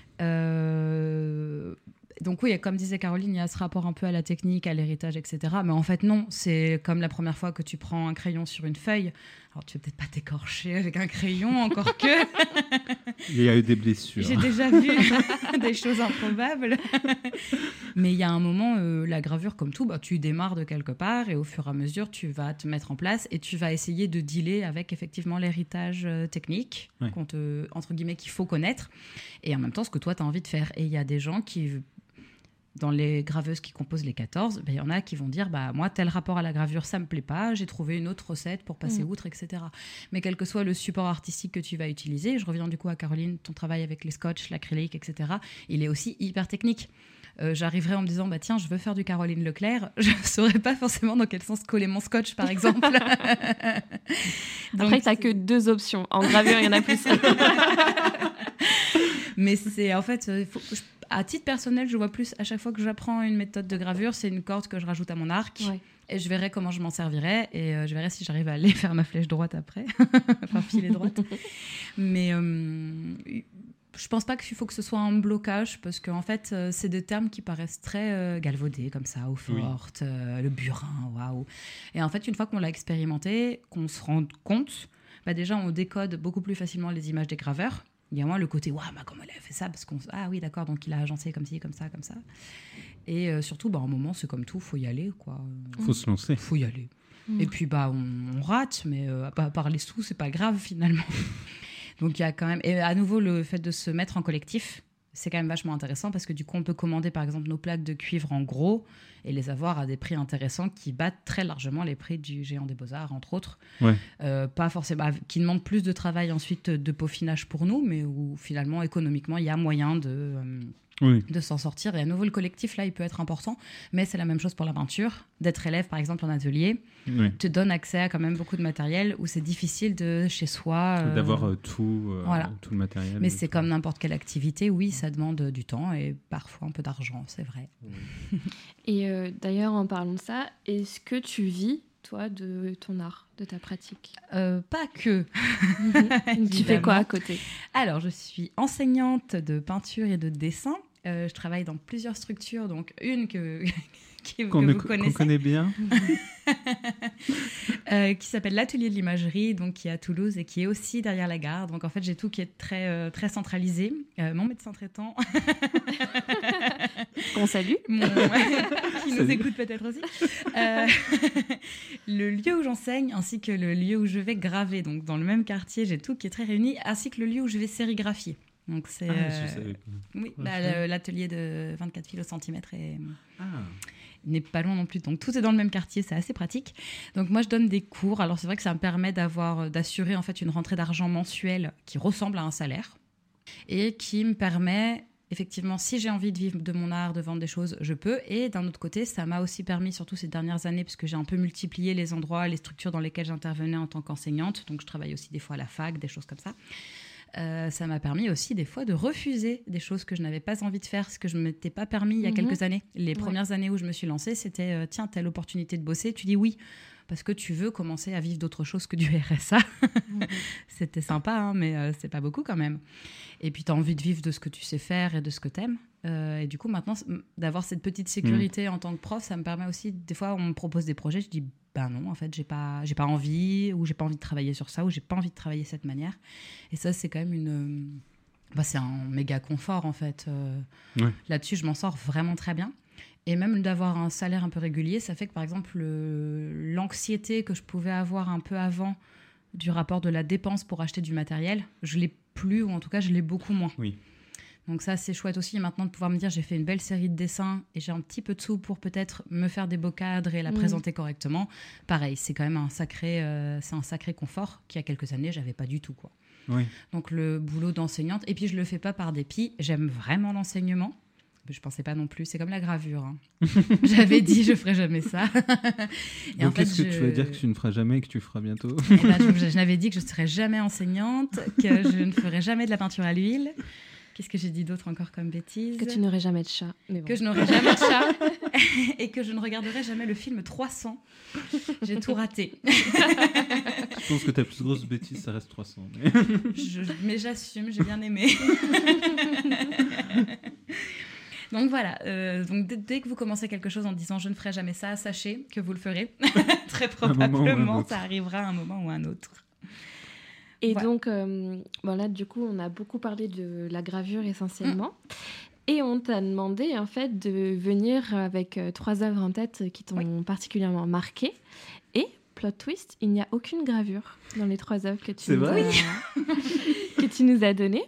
Speaker 7: Donc oui, comme disait Caroline, il y a ce rapport un peu à la technique, à l'héritage, etc. Mais en fait, non, c'est comme la première fois que tu prends un crayon sur une feuille. Alors, tu ne vas peut-être pas t'écorcher avec un crayon, encore que...
Speaker 8: Il y a eu des blessures.
Speaker 7: J'ai déjà vu des choses improbables. Mais il y a un moment, la gravure, comme tout, tu démarres de quelque part et au fur et à mesure, tu vas te mettre en place et tu vas essayer de dealer avec effectivement l'héritage technique, entre guillemets, qu'il faut connaître, et en même temps, ce que toi, tu as envie de faire. Et il y a des gens qui... Dans les graveuses qui composent les 14, il y en a qui vont dire moi, tel rapport à la gravure, ça me plaît pas, j'ai trouvé une autre recette pour passer outre, etc. Mais quel que soit le support artistique que tu vas utiliser, je reviens du coup à Caroline, ton travail avec les scotch, l'acrylique, etc., il est aussi hyper technique. J'arriverais en me disant tiens, je veux faire du Caroline Leclerc, je ne saurais pas forcément dans quel sens coller mon scotch, par exemple.
Speaker 9: Après, tu n'as que 2 options. En gravure, il y en a plus.
Speaker 7: Mais c'est en fait... à titre personnel, je vois plus, à chaque fois que j'apprends une méthode de gravure, c'est une corde que je rajoute à mon arc. Ouais. Et je verrai comment je m'en servirai. Et je verrai si j'arrive à aller faire ma flèche droite après. Enfin, filet droite. Mais je pense pas qu'il faut que ce soit un blocage, parce qu'en fait, c'est des termes qui paraissent très galvaudés, comme ça, eau forte, le burin, waouh. Et en fait, une fois qu'on l'a expérimenté, qu'on se rend compte, déjà, on décode beaucoup plus facilement les images des graveurs. Il y a moins le côté comment elle a fait ça, parce qu'on oui d'accord, donc il a agencé comme ci, comme ça, comme ça. Et surtout un moment, c'est comme tout, faut y aller quoi.
Speaker 8: Faut se lancer.
Speaker 7: Faut y aller. Et puis on rate, mais à part les sous, c'est pas grave finalement. Donc il y a quand même, et à nouveau, le fait de se mettre en collectif, c'est quand même vachement intéressant, parce que du coup on peut commander par exemple nos plaques de cuivre en gros et les avoir à des prix intéressants qui battent très largement les prix du Géant des Beaux-Arts, entre autres. Pas forcément, qui demandent plus de travail ensuite de peaufinage pour nous, mais où finalement économiquement il y a moyen de s'en sortir. Et à nouveau, le collectif là, il peut être important, mais c'est la même chose pour la peinture. D'être élève par exemple en atelier te donne accès à quand même beaucoup de matériel où c'est difficile de chez soi
Speaker 8: d'avoir tout le matériel.
Speaker 7: Mais c'est comme n'importe quelle activité, ça demande du temps et parfois un peu d'argent, c'est vrai.
Speaker 9: Et d'ailleurs, en parlant de ça, est-ce que tu vis toi de ton art, de ta pratique?
Speaker 7: Pas que.
Speaker 9: Tu fais quoi à côté?
Speaker 7: Alors, je suis enseignante de peinture et de dessin. Je travaille dans plusieurs structures, donc une que vous connaissez.
Speaker 8: Qu'on connaît bien.
Speaker 7: Qui s'appelle l'Atelier de l'Imagerie, donc qui est à Toulouse et qui est aussi derrière la gare. Donc en fait, j'ai tout qui est très, très centralisé. Mon médecin traitant.
Speaker 9: Qu'on salue.
Speaker 7: Qui nous écoute peut-être aussi. Le lieu où j'enseigne, ainsi que le lieu où je vais graver. Donc dans le même quartier, j'ai tout qui est très réuni, ainsi que le lieu où je vais sérigraphier. Donc c'est
Speaker 8: je savais pas.
Speaker 7: Oui, l'atelier de 24 fils au centimètre n'est pas loin non plus. Donc tout est dans le même quartier, c'est assez pratique. Donc moi je donne des cours. Alors c'est vrai que ça me permet d'assurer en fait une rentrée d'argent mensuelle qui ressemble à un salaire et qui me permet effectivement, si j'ai envie de vivre de mon art, de vendre des choses, je peux. Et d'un autre côté, ça m'a aussi permis, surtout ces dernières années, puisque j'ai un peu multiplié les endroits, les structures dans lesquelles j'intervenais en tant qu'enseignante. Donc je travaille aussi des fois à la fac, des choses comme ça. Ça m'a permis aussi des fois de refuser des choses que je n'avais pas envie de faire, ce que je ne m'étais pas permis il y a quelques années. Les premières années où je me suis lancée, c'était tiens, t'as l'opportunité de bosser, tu dis oui, parce que tu veux commencer à vivre d'autre chose que du RSA. C'était sympa, mais c'est pas beaucoup quand même. Et puis tu as envie de vivre de ce que tu sais faire et de ce que tu aimes. Et du coup, maintenant, d'avoir cette petite sécurité en tant que prof, ça me permet aussi, des fois, on me propose des projets, je dis non, en fait, j'ai pas envie, ou j'ai pas envie de travailler sur ça, ou j'ai pas envie de travailler de cette manière. Et ça, c'est quand même c'est un méga confort, en fait. Là-dessus, je m'en sors vraiment très bien. Et même d'avoir un salaire un peu régulier, ça fait que, par exemple, l'anxiété que je pouvais avoir un peu avant du rapport de la dépense pour acheter du matériel, je l'ai plus, ou en tout cas, je l'ai beaucoup moins. Oui. Donc ça, c'est chouette aussi maintenant de pouvoir me dire j'ai fait une belle série de dessins et j'ai un petit peu de sous pour peut-être me faire des beaux cadres et la présenter correctement. Pareil, c'est quand même un sacré confort qu'il y a quelques années, j'avais pas du tout, quoi. Oui. Donc le boulot d'enseignante, et puis je le fais pas par dépit, j'aime vraiment l'enseignement. Je pensais pas non plus, c'est comme la gravure. Hein. J'avais dit je ferais jamais ça.
Speaker 8: Et donc en fait, qu'est-ce que tu vas dire que tu ne feras jamais et que tu feras bientôt?
Speaker 7: Je n'avais dit que je serais jamais enseignante, que je ne ferais jamais de la peinture à l'huile. Qu'est-ce que j'ai dit d'autre encore comme bêtise?
Speaker 9: Que tu n'aurais jamais de chat.
Speaker 7: Mais bon. Que je n'aurais jamais de chat et que je ne regarderai jamais le film 300. J'ai tout raté.
Speaker 8: Je pense que ta plus grosse bêtise, ça reste 300.
Speaker 7: Mais j'assume, j'ai bien aimé. Donc voilà, donc dès que vous commencez quelque chose en disant je ne ferai jamais ça, sachez que vous le ferez. Très probablement, ça arrivera à un moment ou à un autre.
Speaker 9: Et donc, là, du coup, on a beaucoup parlé de la gravure essentiellement. Et on t'a demandé, en fait, de venir avec 3 œuvres en tête qui t'ont particulièrement marqué. Et, plot twist, il n'y a aucune gravure dans les 3 œuvres que tu nous as données.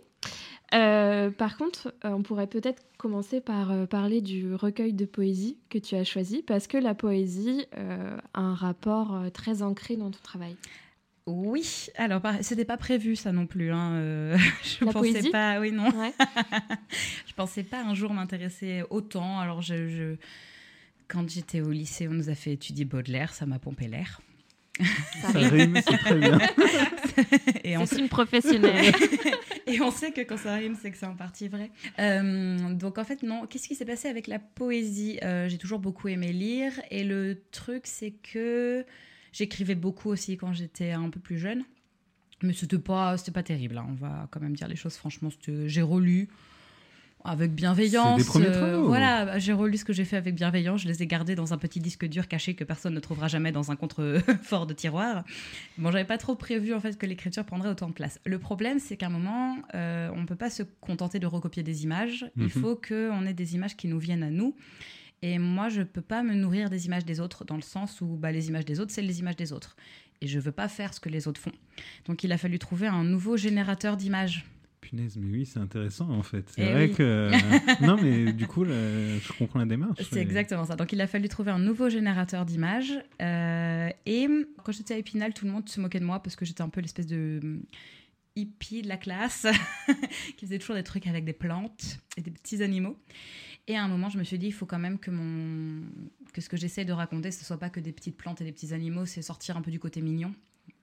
Speaker 9: Par contre, on pourrait peut-être commencer par parler du recueil de poésie que tu as choisi, parce que la poésie a un rapport très ancré dans ton travail.
Speaker 7: Oui, alors c'était pas prévu ça non plus. Je
Speaker 9: la
Speaker 7: pensais
Speaker 9: poésie
Speaker 7: pas, oui non.
Speaker 9: Ouais.
Speaker 7: Je pensais pas un jour m'intéresser autant. Alors quand j'étais au lycée, on nous a fait étudier Baudelaire, ça m'a pompé l'air.
Speaker 8: Ça rime, c'est très bien.
Speaker 9: C'est une professionnelle.
Speaker 7: Et on sait que quand ça rime, c'est que c'est en partie vrai. Donc en fait, non. Qu'est-ce qui s'est passé avec la poésie ? J'ai toujours beaucoup aimé lire. Et le truc, c'est que j'écrivais beaucoup aussi quand j'étais un peu plus jeune. Mais c'était pas terrible. On va quand même dire les choses franchement. J'ai relu avec bienveillance.
Speaker 8: C'est des premiers travaux.
Speaker 7: Voilà, j'ai relu ce que j'ai fait avec bienveillance. Je les ai gardés dans un petit disque dur caché que personne ne trouvera jamais dans un contrefort de tiroir. Bon, j'avais pas trop prévu en fait que l'écriture prendrait autant de place. Le problème, c'est qu'à un moment, on peut pas se contenter de recopier des images. Il faut qu'on ait des images qui nous viennent à nous. Et moi, je peux pas me nourrir des images des autres, dans le sens où les images des autres, c'est les images des autres. Et je veux pas faire ce que les autres font. Donc, il a fallu trouver un nouveau générateur d'images.
Speaker 8: Punaise, mais oui, c'est intéressant en fait. C'est vrai que... Non, mais du coup, je comprends la démarche.
Speaker 7: C'est exactement ça. Donc, il a fallu trouver un nouveau générateur d'images. Et quand j'étais à Épinal, tout le monde se moquait de moi parce que j'étais un peu l'espèce de hippie de la classe qui faisait toujours des trucs avec des plantes et des petits animaux. Et à un moment, je me suis dit, il faut quand même que ce que j'essaie de raconter, ce ne soit pas que des petites plantes et des petits animaux, c'est sortir un peu du côté mignon.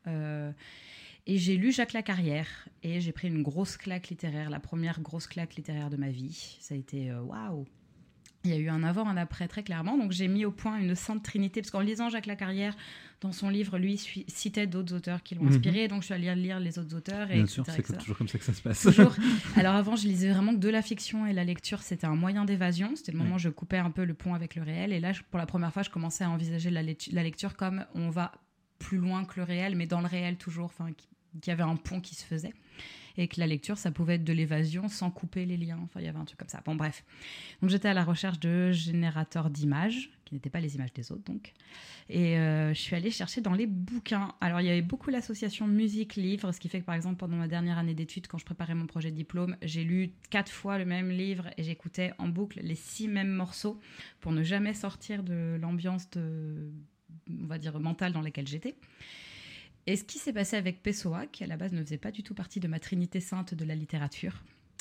Speaker 7: Et j'ai lu Jacques Lacarrière et j'ai pris une grosse claque littéraire, la première grosse claque littéraire de ma vie. Ça a été waouh! Il y a eu un avant, un après, très clairement. Donc j'ai mis au point une sainte trinité, parce qu'en lisant Jacques Lacarrière, dans son livre, lui citait d'autres auteurs qui l'ont inspiré. Donc je suis allée lire les autres auteurs.
Speaker 8: Bien sûr, c'est toujours comme ça que ça se passe.
Speaker 7: Toujours. Alors avant, je lisais vraiment que de la fiction et la lecture, c'était un moyen d'évasion. C'était le moment où je coupais un peu le pont avec le réel. Et là, pour la première fois, je commençais à envisager la lecture comme on va plus loin que le réel, mais dans le réel toujours, qu'il y avait un pont qui se faisait. Et que la lecture, ça pouvait être de l'évasion sans couper les liens. Enfin, il y avait un truc comme ça. Bon, bref. Donc, j'étais à la recherche de générateurs d'images, qui n'étaient pas les images des autres, donc. Et je suis allée chercher dans les bouquins. Alors, il y avait beaucoup l'association musique-livre, ce qui fait que, par exemple, pendant ma dernière année d'études, quand je préparais mon projet de diplôme, j'ai lu 4 fois le même livre et j'écoutais en boucle les 6 mêmes morceaux pour ne jamais sortir de l'ambiance on va dire, mentale dans laquelle j'étais. Et ce qui s'est passé avec Pessoa, qui à la base ne faisait pas du tout partie de ma trinité sainte de la littérature,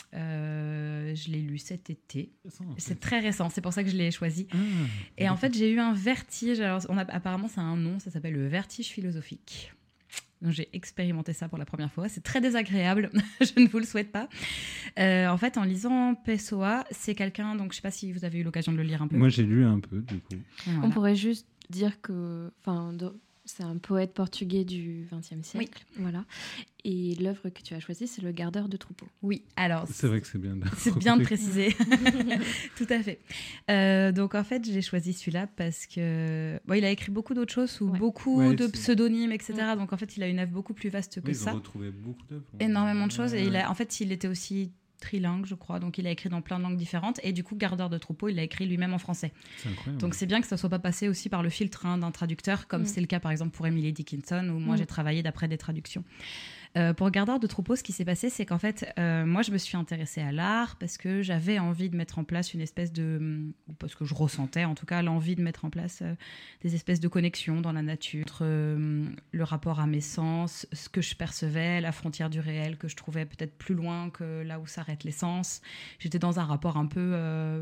Speaker 7: je l'ai lu cet été. C'est très récent, c'est pour ça que je l'ai choisi. Et en fait, j'ai eu un vertige. Alors, apparemment, ça a un nom, ça s'appelle le vertige philosophique. Donc, j'ai expérimenté ça pour la première fois. C'est très désagréable, je ne vous le souhaite pas. En fait, en lisant Pessoa, c'est quelqu'un... Donc, je ne sais pas si vous avez eu l'occasion de le lire un peu.
Speaker 8: Moi, j'ai lu un peu, du coup.
Speaker 9: Voilà. On pourrait juste dire que... C'est un poète portugais du XXe siècle, voilà. Et l'œuvre que tu as choisie, c'est Le Gardeur de troupeau.
Speaker 7: Oui, alors...
Speaker 8: C'est vrai que c'est bien.
Speaker 7: C'est bien de préciser. Tout à fait. Donc, en fait, j'ai choisi celui-là parce que... il a écrit beaucoup d'autres choses sous beaucoup de pseudonymes, etc. Donc, en fait, il a une œuvre beaucoup plus vaste que ça.
Speaker 8: Ils ont retrouvé beaucoup d'œuvres.
Speaker 7: Énormément de choses. Et en fait, il était aussi... trilingue, je crois, donc il a écrit dans plein de langues différentes, et du coup Gardeur de troupeau, il l'a écrit lui-même en français.
Speaker 8: C'est incroyable.
Speaker 7: Donc c'est bien que ça soit pas passé aussi par le filtre d'un traducteur, comme c'est le cas par exemple pour Emily Dickinson, où moi j'ai travaillé d'après des traductions. Pour Gardeur de troupeau, ce qui s'est passé, c'est qu'en fait, moi je me suis intéressée à l'art parce que j'avais envie de mettre en place une espèce de... parce que je ressentais en tout cas l'envie de mettre en place des espèces de connexions dans la nature, entre le rapport à mes sens, ce que je percevais, la frontière du réel que je trouvais peut-être plus loin que là où s'arrêtent les sens. J'étais dans un rapport un peu...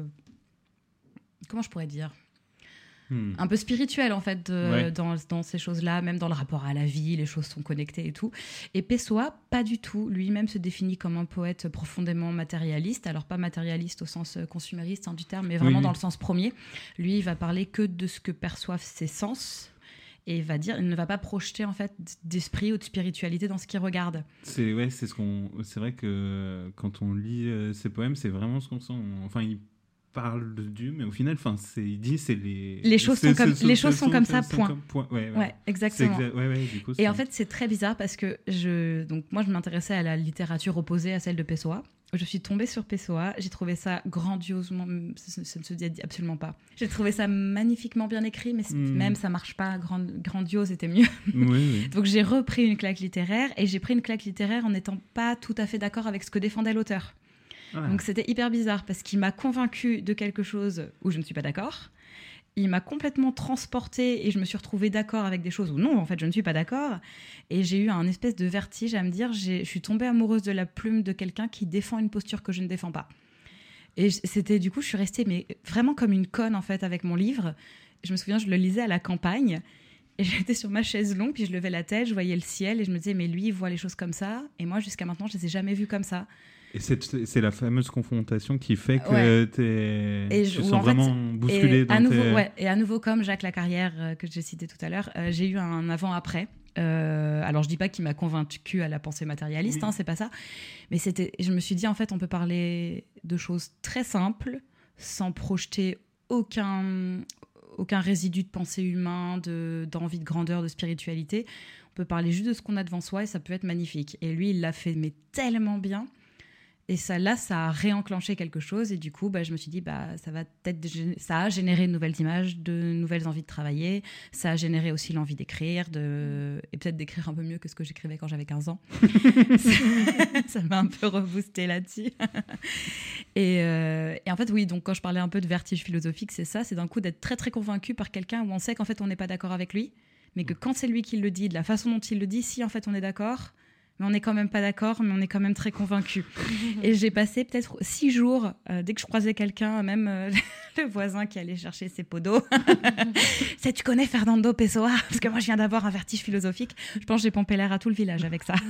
Speaker 7: comment je pourrais dire ? Un peu spirituel en fait dans ces choses-là, même dans le rapport à la vie, les choses sont connectées et tout. Et Pessoa, pas du tout. Lui-même se définit comme un poète profondément matérialiste, alors pas matérialiste au sens consumériste du terme, mais vraiment dans le sens premier. Lui, il va parler que de ce que perçoivent ses sens et il ne va pas projeter en fait d'esprit ou de spiritualité dans ce qu'il regarde.
Speaker 8: C'est vrai que quand on lit ces poèmes, c'est vraiment ce qu'on sent. Enfin, il parle de Dieu, mais au final, il dit c'est
Speaker 7: les choses sont comme ça. Point. Ouais, exactement.
Speaker 8: Du coup,
Speaker 7: et en fait, c'est très bizarre parce que moi, je m'intéressais à la littérature opposée à celle de Pessoa. Je suis tombée sur Pessoa, j'ai trouvé ça grandiosement, ça ne se dit absolument pas. J'ai trouvé ça magnifiquement bien écrit, mais même ça marche pas, grandiose était mieux.
Speaker 8: Oui.
Speaker 7: Donc j'ai repris une claque littéraire, et j'ai pris une claque littéraire en n'étant pas tout à fait d'accord avec ce que défendait l'auteur. Ah. Donc c'était hyper bizarre, parce qu'il m'a convaincue de quelque chose où je ne suis pas d'accord. Il m'a complètement transportée et je me suis retrouvée d'accord avec des choses où non, en fait, je ne suis pas d'accord. Et j'ai eu un espèce de vertige à me dire, je suis tombée amoureuse de la plume de quelqu'un qui défend une posture que je ne défends pas. Et c'était, du coup, je suis restée mais vraiment comme une conne, en fait, avec mon livre. Je me souviens, je le lisais à la campagne et j'étais sur ma chaise longue, puis je levais la tête, je voyais le ciel et je me disais, mais lui, il voit les choses comme ça. Et moi, jusqu'à maintenant, je ne les ai jamais vues comme ça.
Speaker 8: Et c'est la fameuse confrontation qui fait que tu sens vraiment bousculé dans
Speaker 7: Et à nouveau, comme Jacques Lacarrière, que j'ai cité tout à l'heure, j'ai eu un avant-après. Alors, je dis pas qu'il m'a convaincue à la pensée matérialiste, c'est pas ça. Mais je me suis dit, en fait, on peut parler de choses très simples, sans projeter aucun résidu de pensée humain, d'envie de grandeur, de spiritualité. On peut parler juste de ce qu'on a devant soi et ça peut être magnifique. Et lui, il l'a fait, mais tellement bien. Et ça a réenclenché quelque chose. Et du coup, je me suis dit, ça a généré de nouvelles images, de nouvelles envies de travailler. Ça a généré aussi l'envie d'écrire, et peut-être d'écrire un peu mieux que ce que j'écrivais quand j'avais 15 ans. Ça m'a un peu reboosté là-dessus. Et en fait, oui, donc quand je parlais un peu de vertige philosophique, c'est ça, c'est d'un coup d'être très, très convaincu par quelqu'un où on sait qu'en fait, on n'est pas d'accord avec lui, mais que quand c'est lui qui le dit, de la façon dont il le dit, si en fait, on est d'accord... mais on n'est quand même pas d'accord, mais on est quand même très convaincus. Et j'ai passé peut-être 6 jours, dès que je croisais quelqu'un, même le voisin qui allait chercher ses pots d'eau. Tu connais Fernando Pessoa? Parce que moi, je viens d'avoir un vertige philosophique. Je pense que j'ai pompé l'air à tout le village avec ça.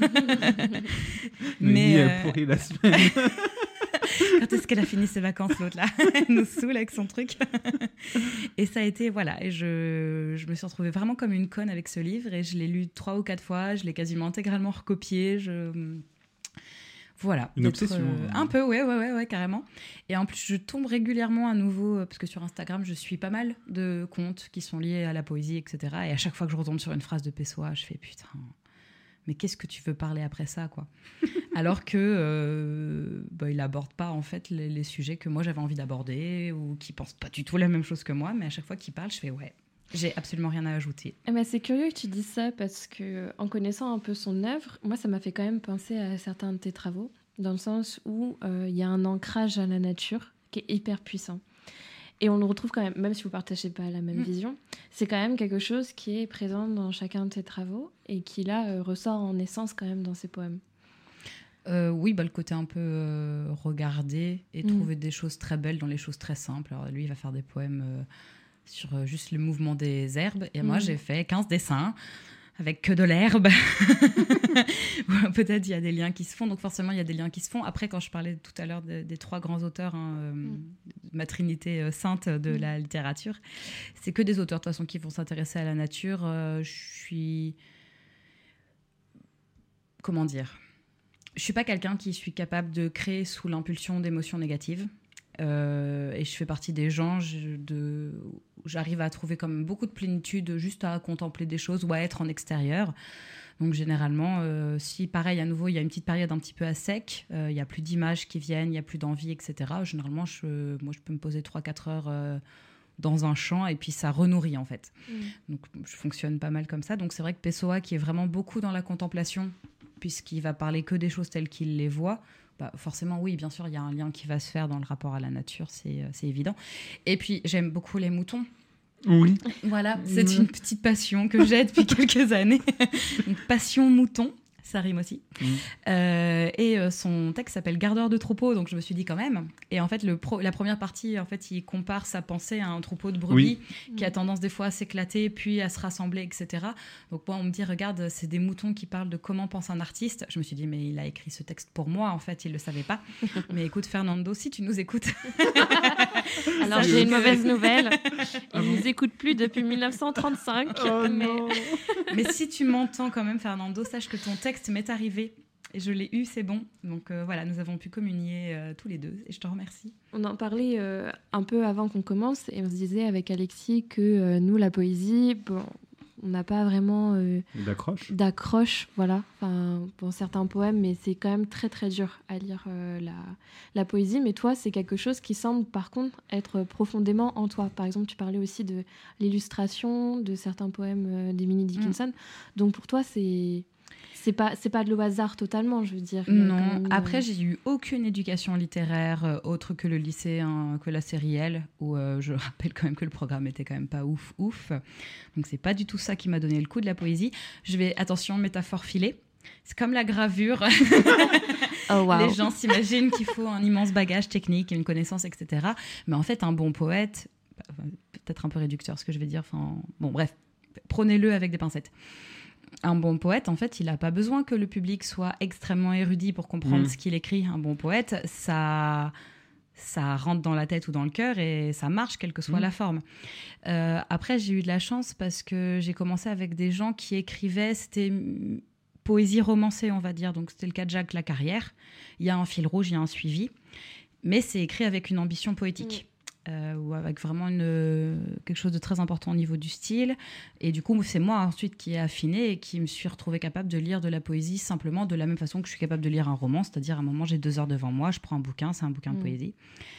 Speaker 8: Mais pourri la semaine.
Speaker 7: Quand est-ce qu'elle a fini ses vacances, l'autre, là? Elle nous saoule avec son truc. Et ça a été, voilà. Et je me suis retrouvée vraiment comme une conne avec ce livre. Et je l'ai lu 3 ou 4 fois. Je l'ai quasiment intégralement recopié. Voilà.
Speaker 8: Une obsession.
Speaker 7: Un peu, ouais, carrément. Et en plus, je tombe régulièrement à nouveau, parce que sur Instagram, je suis pas mal de comptes qui sont liés à la poésie, etc. Et à chaque fois que je retombe sur une phrase de Pessoa, je fais putain... mais qu'est-ce que tu veux parler après ça, quoi? Alors que il aborde pas en fait les sujets que moi j'avais envie d'aborder ou qui pensent pas du tout la même chose que moi, mais à chaque fois qu'il parle, je fais ouais, j'ai absolument rien à ajouter.
Speaker 9: C'est curieux que tu dises ça parce que en connaissant un peu son œuvre, moi ça m'a fait quand même penser à certains de tes travaux, dans le sens où il y a un ancrage à la nature qui est hyper puissant. Et on le retrouve quand même, même si vous ne partagez pas la même vision, c'est quand même quelque chose qui est présent dans chacun de tes travaux et qui, là, ressort en essence quand même dans ses poèmes.
Speaker 7: Oui, le côté un peu regarder et trouver des choses très belles dans les choses très simples. Alors, lui, il va faire des poèmes sur juste le mouvement des herbes. Et moi, j'ai fait 15 dessins avec que de l'herbe. Peut-être il y a des liens qui se font, donc forcément il y a des liens qui se font. Après, quand je parlais tout à l'heure des 3 grands auteurs, ma trinité sainte de la littérature, c'est que des auteurs de toute façon qui vont s'intéresser à la nature. Je suis... Comment dire ? Je suis pas quelqu'un qui suis capable de créer sous l'impulsion d'émotions négatives. Et je fais partie des gens où j'arrive à trouver quand même beaucoup de plénitude juste à contempler des choses ou à être en extérieur. Donc généralement, si pareil à nouveau il y a une petite période un petit peu à sec, il n'y a plus d'images qui viennent, il n'y a plus d'envie, etc. Généralement, je peux me poser 3-4 heures dans un champ et puis ça renourrit en fait. Donc je fonctionne pas mal comme ça. Donc c'est vrai que Pessoa, qui est vraiment beaucoup dans la contemplation, puisqu'il va parler que des choses telles qu'il les voit, forcément, oui, bien sûr, il y a un lien qui va se faire dans le rapport à la nature, c'est évident. Et puis, j'aime beaucoup les moutons.
Speaker 8: Oui.
Speaker 7: Voilà, c'est une petite passion que j'ai depuis quelques années. Une passion mouton, ça rime aussi. Et son texte s'appelle Gardeur de troupeau, donc je me suis dit quand même. Et en fait, la première partie, en fait, il compare sa pensée à un troupeau de brebis qui a tendance des fois à s'éclater, puis à se rassembler, etc. Donc moi, on me dit, regarde, c'est des moutons qui parlent de comment pense un artiste. Je me suis dit, mais il a écrit ce texte pour moi, en fait, il le savait pas. Mais écoute, Fernando, si tu nous écoutes,
Speaker 9: Alors j'ai une mauvaise nouvelle. Ils ne nous écoutent plus depuis 1935.
Speaker 7: Mais si tu m'entends quand même, Fernando, sache que ton texte m'est arrivé. Et je l'ai eu, c'est bon. Donc voilà, nous avons pu communier tous les deux. Et je te remercie.
Speaker 9: On en parlait un peu avant qu'on commence. Et on se disait avec Alexis que nous, la poésie, on n'a pas vraiment d'accroche, voilà. Enfin, pour certains poèmes, mais c'est quand même très très dur à lire la poésie. Mais toi, c'est quelque chose qui semble par contre être profondément en toi. Par exemple, tu parlais aussi de l'illustration de certains poèmes d'Emily Dickinson. Donc pour toi, c'est pas de le hasard totalement, je veux dire.
Speaker 7: Non. Après, j'ai eu aucune éducation littéraire autre que le lycée, que la série L, où je rappelle quand même que le programme était quand même pas ouf. Donc c'est pas du tout ça qui m'a donné le coup de la poésie. Attention, métaphore filée. C'est comme la gravure.
Speaker 9: Oh, wow.
Speaker 7: Les gens s'imaginent qu'il faut un immense bagage technique, une connaissance, etc. Mais en fait, un bon poète, peut-être un peu réducteur ce que je vais dire. Bon, bref, prenez-le avec des pincettes. Un bon poète, en fait, il n'a pas besoin que le public soit extrêmement érudit pour comprendre ce qu'il écrit. Un bon poète, ça rentre dans la tête ou dans le cœur et ça marche, quelle que soit la forme. Après, j'ai eu de la chance parce que j'ai commencé avec des gens qui écrivaient, c'était poésie romancée, on va dire. Donc, c'était le cas de Jacques Lacarrière. Il y a un fil rouge, il y a un suivi. Mais c'est écrit avec une ambition poétique. Ou avec vraiment quelque chose de très important au niveau du style. Et du coup, c'est moi ensuite qui ai affiné et qui me suis retrouvée capable de lire de la poésie simplement de la même façon que je suis capable de lire un roman, c'est-à-dire à un moment, j'ai 2 heures devant moi, je prends un bouquin, c'est un bouquin de poésie.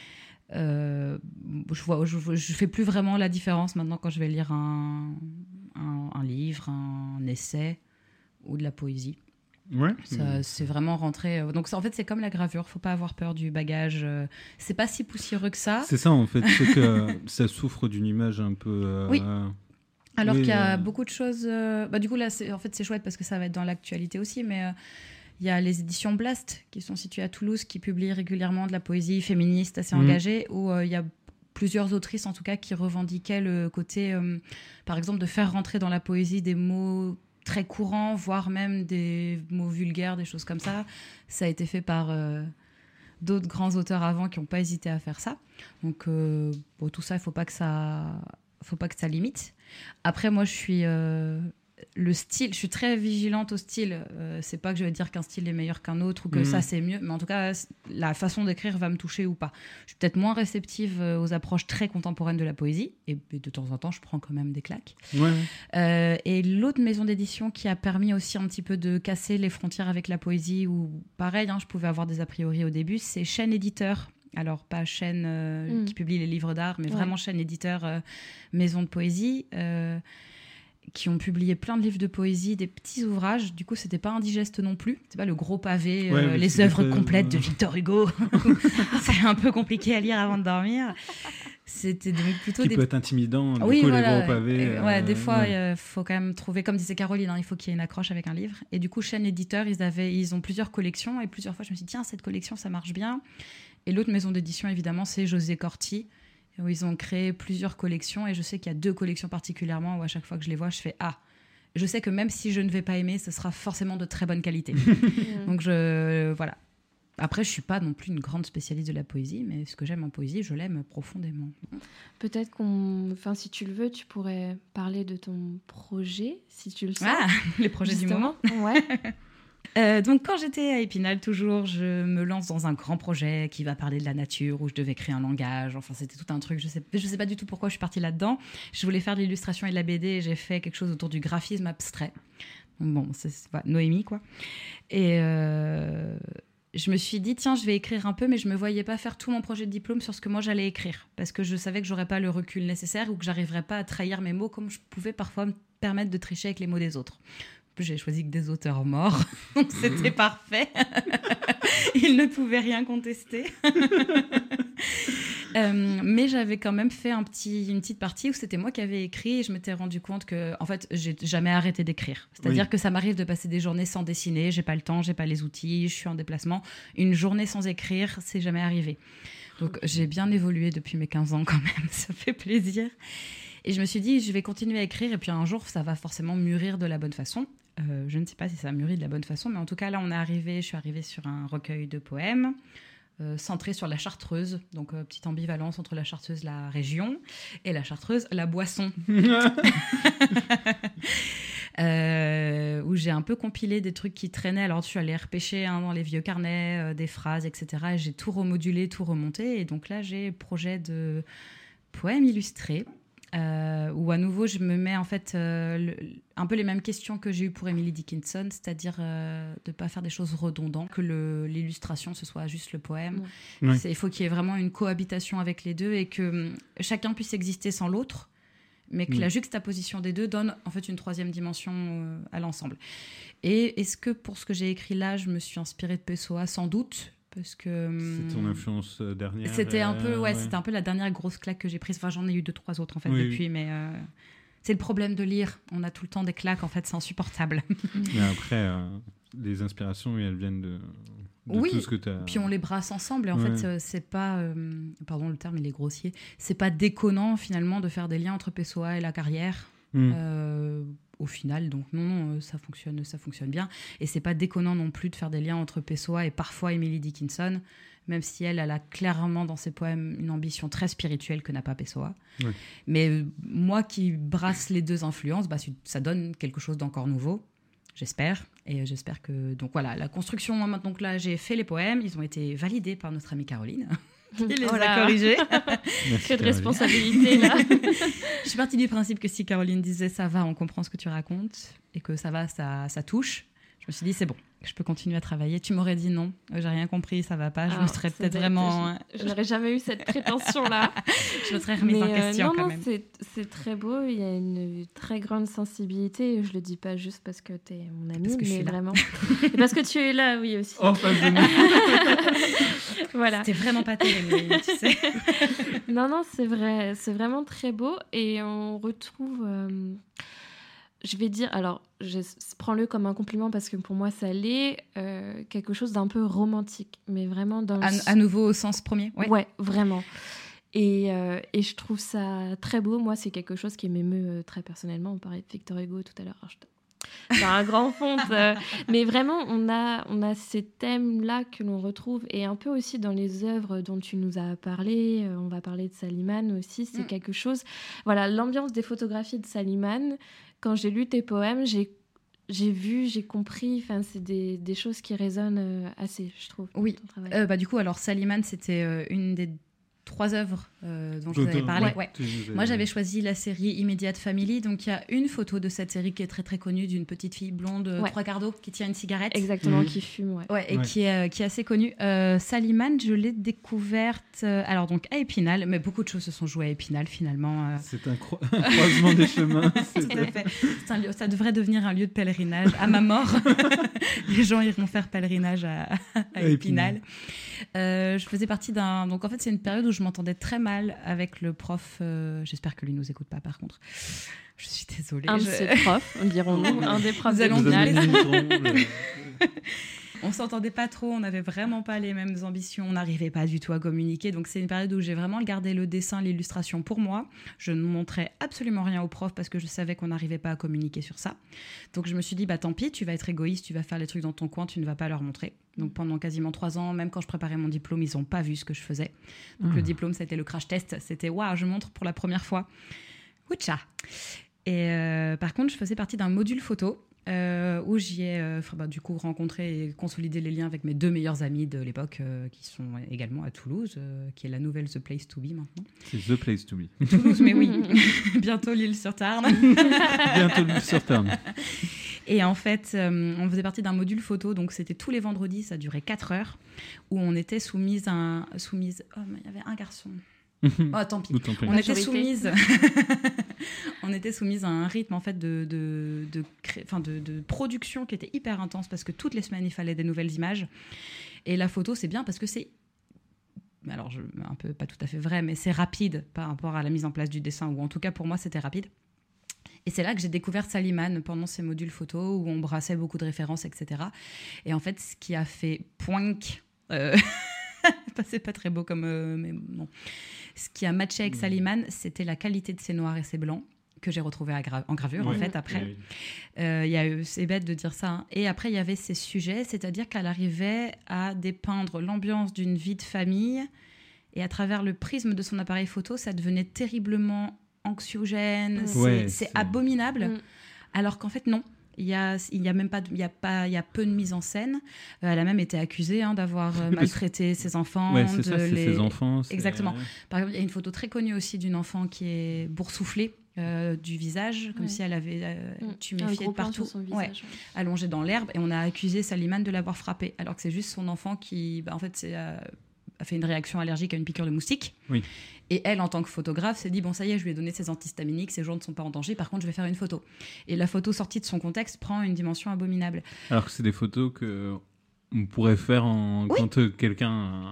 Speaker 7: Je fais plus vraiment la différence maintenant quand je vais lire un livre, un essai ou de la poésie.
Speaker 8: Ouais.
Speaker 7: C'est vraiment rentré. Donc en fait, c'est comme la gravure. Faut pas avoir peur du bagage. C'est pas si poussiéreux que ça.
Speaker 8: C'est ça en fait. C'est que ça souffre d'une image un peu.
Speaker 7: Oui. Alors qu'il y a beaucoup de choses. Du coup là, c'est chouette parce que ça va être dans l'actualité aussi, mais. Il y a les éditions Blast qui sont situées à Toulouse, qui publient régulièrement de la poésie féministe assez engagée, où il y a plusieurs autrices en tout cas qui revendiquaient le côté, par exemple, de faire rentrer dans la poésie des mots très courants, voire même des mots vulgaires, des choses comme ça. Ça a été fait par d'autres grands auteurs avant qui n'ont pas hésité à faire ça. Donc, tout ça, il ne faut pas que ça limite. Après, moi, je suis... le style, je suis très vigilante au style. C'est pas que je vais dire qu'un style est meilleur qu'un autre ou que ça, c'est mieux. Mais en tout cas, la façon d'écrire va me toucher ou pas. Je suis peut-être moins réceptive aux approches très contemporaines de la poésie. Et de temps en temps, je prends quand même des claques. Ouais. Et l'autre maison d'édition qui a permis aussi un petit peu de casser les frontières avec la poésie, où pareil, je pouvais avoir des a priori au début, c'est Chaîne Éditeur. Alors, pas Chaîne qui publie les livres d'art, mais vraiment Chaîne Éditeur, maison de poésie. Qui ont publié plein de livres de poésie, des petits ouvrages. Du coup, c'était pas indigeste non plus. C'est pas le gros pavé, les œuvres complètes de Victor Hugo. C'est un peu compliqué à lire avant de dormir. C'était donc plutôt
Speaker 8: qui peut être intimidant, du coup, les gros pavés.
Speaker 7: Des fois, il faut quand même trouver, comme disait Caroline, il faut qu'il y ait une accroche avec un livre. Et du coup, Chaîne Éditeur, ils ont plusieurs collections. Et plusieurs fois, je me suis dit, tiens, cette collection, ça marche bien. Et l'autre maison d'édition, évidemment, c'est José Corti, où ils ont créé plusieurs collections, et je sais qu'il y a 2 collections particulièrement où à chaque fois que je les vois, je fais « Ah !» Je sais que même si je ne vais pas aimer, ce sera forcément de très bonne qualité. Donc, voilà. Après, je ne suis pas non plus une grande spécialiste de la poésie, mais ce que j'aime en poésie, je l'aime profondément.
Speaker 9: Peut-être si tu le veux, tu pourrais parler de ton projet, si tu le sens.
Speaker 7: Ah, les projets
Speaker 9: justement.
Speaker 7: Du moment.
Speaker 9: Ouais.
Speaker 7: Donc, quand j'étais à Épinal, toujours, je me lance dans un grand projet qui va parler de la nature, où je devais créer un langage. Enfin, c'était tout un truc. Je sais pas du tout pourquoi je suis partie là-dedans. Je voulais faire de l'illustration et de la BD, et j'ai fait quelque chose autour du graphisme abstrait. Bon, c'est Noémie, quoi. Et je me suis dit, tiens, je vais écrire un peu, mais je me voyais pas faire tout mon projet de diplôme sur ce que moi j'allais écrire, parce que je savais que j'aurais pas le recul nécessaire ou que j'arriverais pas à trahir mes mots comme je pouvais parfois me permettre de tricher avec les mots des autres. J'ai choisi que des auteurs morts, donc c'était parfait. Ils ne pouvaient rien contester. Mais j'avais quand même fait une petite partie où c'était moi qui avais écrit, et je m'étais rendu compte que, en fait, j'ai jamais arrêté d'écrire. C'est-à-dire que ça m'arrive de passer des journées sans dessiner, j'ai pas le temps, j'ai pas les outils, je suis en déplacement. Une journée sans écrire, c'est jamais arrivé. Donc j'ai bien évolué depuis mes 15 ans quand même, ça fait plaisir. Et je me suis dit, je vais continuer à écrire, et puis un jour, ça va forcément mûrir de la bonne façon. Je ne sais pas si ça mûrit de la bonne façon, mais en tout cas, là, je suis arrivée sur un recueil de poèmes. centré sur la Chartreuse. Donc, petite ambivalence entre la Chartreuse, la région, et la Chartreuse, la boisson. Où j'ai un peu compilé des trucs qui traînaient. Alors, je suis allée repêcher dans les vieux carnets, des phrases, etc. Et j'ai tout remodulé, tout remonté. Et donc là, j'ai projet de poème illustré. Où à nouveau je me mets en fait un peu les mêmes questions que j'ai eues pour Emily Dickinson, c'est-à-dire de ne pas faire des choses redondantes, que l'illustration ce soit juste le poème. Ouais. Il faut qu'il y ait vraiment une cohabitation avec les deux et que chacun puisse exister sans l'autre, mais que la juxtaposition des deux donne en fait une troisième dimension à l'ensemble. Et est-ce que pour ce que j'ai écrit là, je me suis inspirée de Pessoa? Sans doute. Parce que
Speaker 8: c'est ton influence dernière.
Speaker 7: C'était un peu, c'était un peu la dernière grosse claque que j'ai prise. Enfin, j'en ai eu 2-3 autres en fait depuis, mais c'est le problème de lire. On a tout le temps des claques, en fait, c'est insupportable.
Speaker 8: Mais après, les inspirations, elles viennent de tout ce que tu as.
Speaker 7: Puis on les brasse ensemble. Et en fait, c'est pas, pardon le terme, il est grossier. C'est pas déconnant finalement de faire des liens entre Pessoa et la carrière. Au final, donc non, ça fonctionne bien. Et c'est pas déconnant non plus de faire des liens entre Pessoa et parfois Emily Dickinson, même si elle a clairement dans ses poèmes une ambition très spirituelle que n'a pas Pessoa. Oui. Mais moi qui brasse les deux influences, ça donne quelque chose d'encore nouveau, j'espère. Et j'espère que... Donc voilà, la construction, donc là j'ai fait les poèmes, ils ont été validés par notre amie Caroline. Il les a corrigés.
Speaker 9: Que de responsabilité là.
Speaker 7: Je suis partie du principe que si Caroline disait ça va, on comprend ce que tu racontes, et que ça va, ça touche, je me suis dit c'est bon, je peux continuer à travailler. Tu m'aurais dit non, j'ai rien compris, ça va pas, je me serais peut-être vraiment...
Speaker 9: Je n'aurais jamais eu cette prétention-là.
Speaker 7: Je me serais remise en question quand même.
Speaker 9: C'est très beau, il y a une très grande sensibilité, je le dis pas juste parce que tu es mon amie, mais vraiment... Et parce que tu es là, oui, aussi.
Speaker 8: En face de nous.
Speaker 9: Voilà.
Speaker 7: C'était vraiment pas terrible, tu sais.
Speaker 9: Non, c'est vrai, c'est vraiment très beau, et on retrouve... Je vais dire, alors, prends-le comme un compliment parce que pour moi, ça l'est, quelque chose d'un peu romantique, mais vraiment dans
Speaker 7: à nouveau au sens premier.
Speaker 9: Ouais, vraiment. Et je trouve ça très beau. Moi, c'est quelque chose qui m'émeut très personnellement. On parlait de Victor Hugo tout à l'heure. C'est un grand fond. Mais vraiment, on a ces thèmes-là que l'on retrouve, et un peu aussi dans les œuvres dont tu nous as parlé. On va parler de Salimane aussi. C'est quelque chose... Voilà, l'ambiance des photographies de Salimane... Quand j'ai lu tes poèmes, j'ai vu, j'ai compris. Enfin, c'est des choses qui résonnent assez, je trouve.
Speaker 7: Oui. Du coup, alors Salimane, c'était une des 3 œuvres dont je vous avais parlé. Ouais. Moi, j'avais choisi la série Immediate Family. Donc, il y a une photo de cette série qui est très, très connue, d'une petite fille blonde, 3 quarts d'eau, qui tient une cigarette.
Speaker 9: Exactement, qui fume,
Speaker 7: et qui est assez connue. Salimane, je l'ai découverte alors donc à Épinal, mais beaucoup de choses se sont jouées à Épinal, finalement.
Speaker 8: C'est un croisement des chemins.
Speaker 7: Ça devrait devenir un lieu de pèlerinage. À ma mort, les gens iront faire pèlerinage à Épinal. Je faisais partie d'un... Donc, en fait, c'est une période où je m'entendais très mal avec le prof. J'espère que lui ne nous écoute pas, par contre. Je suis désolée.
Speaker 9: Un de ses profs, dirons-nous. Un des profs de
Speaker 7: On s'entendait pas trop, on n'avait vraiment pas les mêmes ambitions, on n'arrivait pas du tout à communiquer. Donc c'est une période où j'ai vraiment gardé le dessin, l'illustration pour moi. Je ne montrais absolument rien au prof parce que je savais qu'on n'arrivait pas à communiquer sur ça. Donc je me suis dit, tant pis, tu vas être égoïste, tu vas faire les trucs dans ton coin, tu ne vas pas leur montrer. Donc pendant quasiment 3 ans, même quand je préparais mon diplôme, ils n'ont pas vu ce que je faisais. Donc le diplôme, c'était le crash test, c'était waouh, je montre pour la première fois. Oucha. Et par contre, je faisais partie d'un module photo. Où j'y ai du coup rencontré et consolidé les liens avec mes 2 meilleurs amis de l'époque qui sont également à Toulouse, qui est la nouvelle The Place to Be maintenant.
Speaker 8: C'est The Place to Be.
Speaker 7: Toulouse, mais oui. Bientôt l'Île-sur-Tarn.
Speaker 8: Bientôt l'Île-sur-Tarn.
Speaker 7: Et en fait, on faisait partie d'un module photo, donc c'était tous les vendredis, ça durait 4 heures, où on était soumise... Oh, mais il y avait un garçon... Oh, tant pis. On était soumise. On était soumise à un rythme en fait de production qui était hyper intense parce que toutes les semaines il fallait des nouvelles images. Et la photo c'est bien parce que c'est, alors un peu pas tout à fait vrai, mais c'est rapide par rapport à la mise en place du dessin, ou en tout cas pour moi c'était rapide. Et c'est là que j'ai découvert Salimane pendant ces modules photo où on brassait beaucoup de références, etc. Et en fait, ce qui a fait poink. C'est pas très beau comme... mais bon. Ce qui a matché avec Salimane, c'était la qualité de ses noirs et ses blancs, que j'ai retrouvées en gravure, en fait, après.
Speaker 8: Oui.
Speaker 7: C'est bête de dire ça. Hein. Et après, il y avait ces sujets, c'est-à-dire qu'elle arrivait à dépeindre l'ambiance d'une vie de famille. Et à travers le prisme de son appareil photo, ça devenait terriblement anxiogène. C'est abominable. Alors qu'en fait, non. Il y a peu de mise en scène. Elle a même été accusée d'avoir maltraité ses enfants.
Speaker 8: Ouais, c'est ses enfants.
Speaker 7: Exactement. Par exemple, il y a une photo très connue aussi d'une enfant qui est boursouflée du visage, comme si elle avait tuméfié de partout, allongée dans l'herbe. Et on a accusé Salimane de l'avoir frappée, alors que c'est juste son enfant qui, en fait, a fait une réaction allergique à une piqûre de moustique. Oui. Et elle, en tant que photographe, s'est dit, bon, ça y est, je lui ai donné ses antihistaminiques, ces gens ne sont pas en danger, par contre, je vais faire une photo. Et la photo sortie de son contexte prend une dimension abominable.
Speaker 8: Alors que c'est des photos qu'on pourrait faire quand quelqu'un...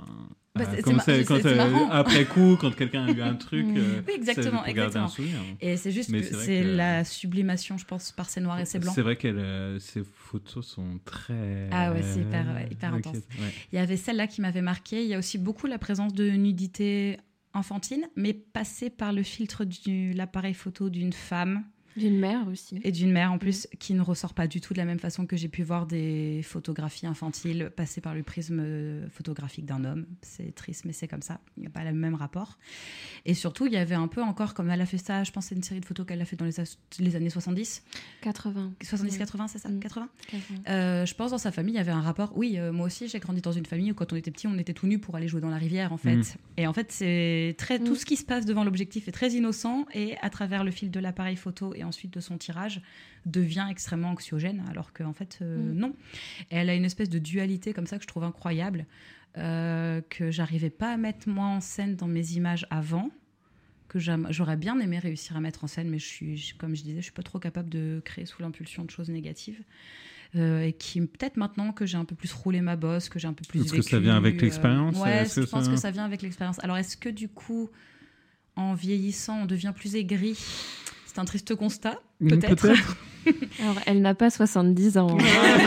Speaker 8: après coup, quand quelqu'un a eu un truc,
Speaker 7: oui, exactement.
Speaker 8: Un souvenir.
Speaker 7: Et c'est juste la sublimation, je pense, par ces noirs et ces blancs.
Speaker 8: C'est vrai que ces photos sont très...
Speaker 7: Ah ouais, c'est hyper intense. Ouais. Il y avait celle-là qui m'avait marquée. Il y a aussi beaucoup la présence de nudité enfantine, mais passée par le filtre de l'appareil photo d'une femme.
Speaker 9: D'une mère aussi.
Speaker 7: Et d'une mère en plus, qui ne ressort pas du tout de la même façon que j'ai pu voir des photographies infantiles passées par le prisme photographique d'un homme. C'est triste, mais c'est comme ça. Il n'y a pas le même rapport. Et surtout, il y avait un peu encore, comme elle a fait ça, je pense que c'est une série de photos qu'elle a fait dans les années 70.
Speaker 9: 80.
Speaker 7: 70-80, c'est ça 80. Je pense dans sa famille, il y avait un rapport. Oui, moi aussi, j'ai grandi dans une famille où quand on était petit, on était tout nus pour aller jouer dans la rivière, en fait. Et en fait, c'est tout ce qui se passe devant l'objectif est très innocent, et à travers le fil de l'appareil photo et ensuite de son tirage, devient extrêmement anxiogène, alors qu'en fait, non. Et elle a une espèce de dualité comme ça que je trouve incroyable, que j'arrivais pas à mettre moi en scène dans mes images avant, que j'aurais bien aimé réussir à mettre en scène, mais comme je disais, je suis pas trop capable de créer sous l'impulsion de choses négatives. Et qui, peut-être maintenant que j'ai un peu plus roulé ma bosse, que j'ai un peu plus vécu...
Speaker 8: Est-ce que ça vient avec l'expérience
Speaker 7: je pense que ça vient avec l'expérience. Alors, est-ce que du coup, en vieillissant, on devient plus aigri ? C'est un triste constat, peut-être.
Speaker 9: Alors, elle n'a pas 70 ans.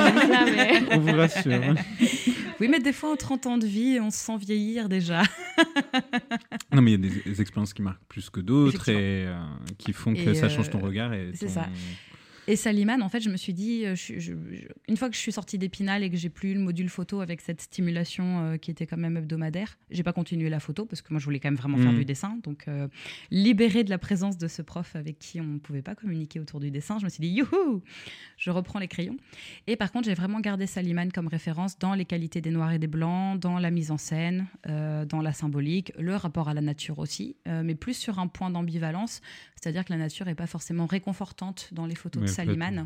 Speaker 8: On vous rassure.
Speaker 7: Oui, mais des fois, en 30 ans de vie, on se sent vieillir déjà.
Speaker 8: Non, mais il y a des expériences qui marquent plus que d'autres et qui font que ça change ton regard.
Speaker 7: C'est ça. Et Salimane, en fait, je me suis dit, une fois que je suis sortie d'Épinal et que j'ai plus eu le module photo avec cette stimulation qui était quand même hebdomadaire, j'ai pas continué la photo parce que moi, je voulais quand même vraiment faire du dessin. Donc, libérée de la présence de ce prof avec qui on ne pouvait pas communiquer autour du dessin, je me suis dit, youhou, je reprends les crayons. Et par contre, j'ai vraiment gardé Salimane comme référence dans les qualités des noirs et des blancs, dans la mise en scène, dans la symbolique, le rapport à la nature aussi, mais plus sur un point d'ambivalence, c'est-à-dire que la nature n'est pas forcément réconfortante dans les photos de Salimane,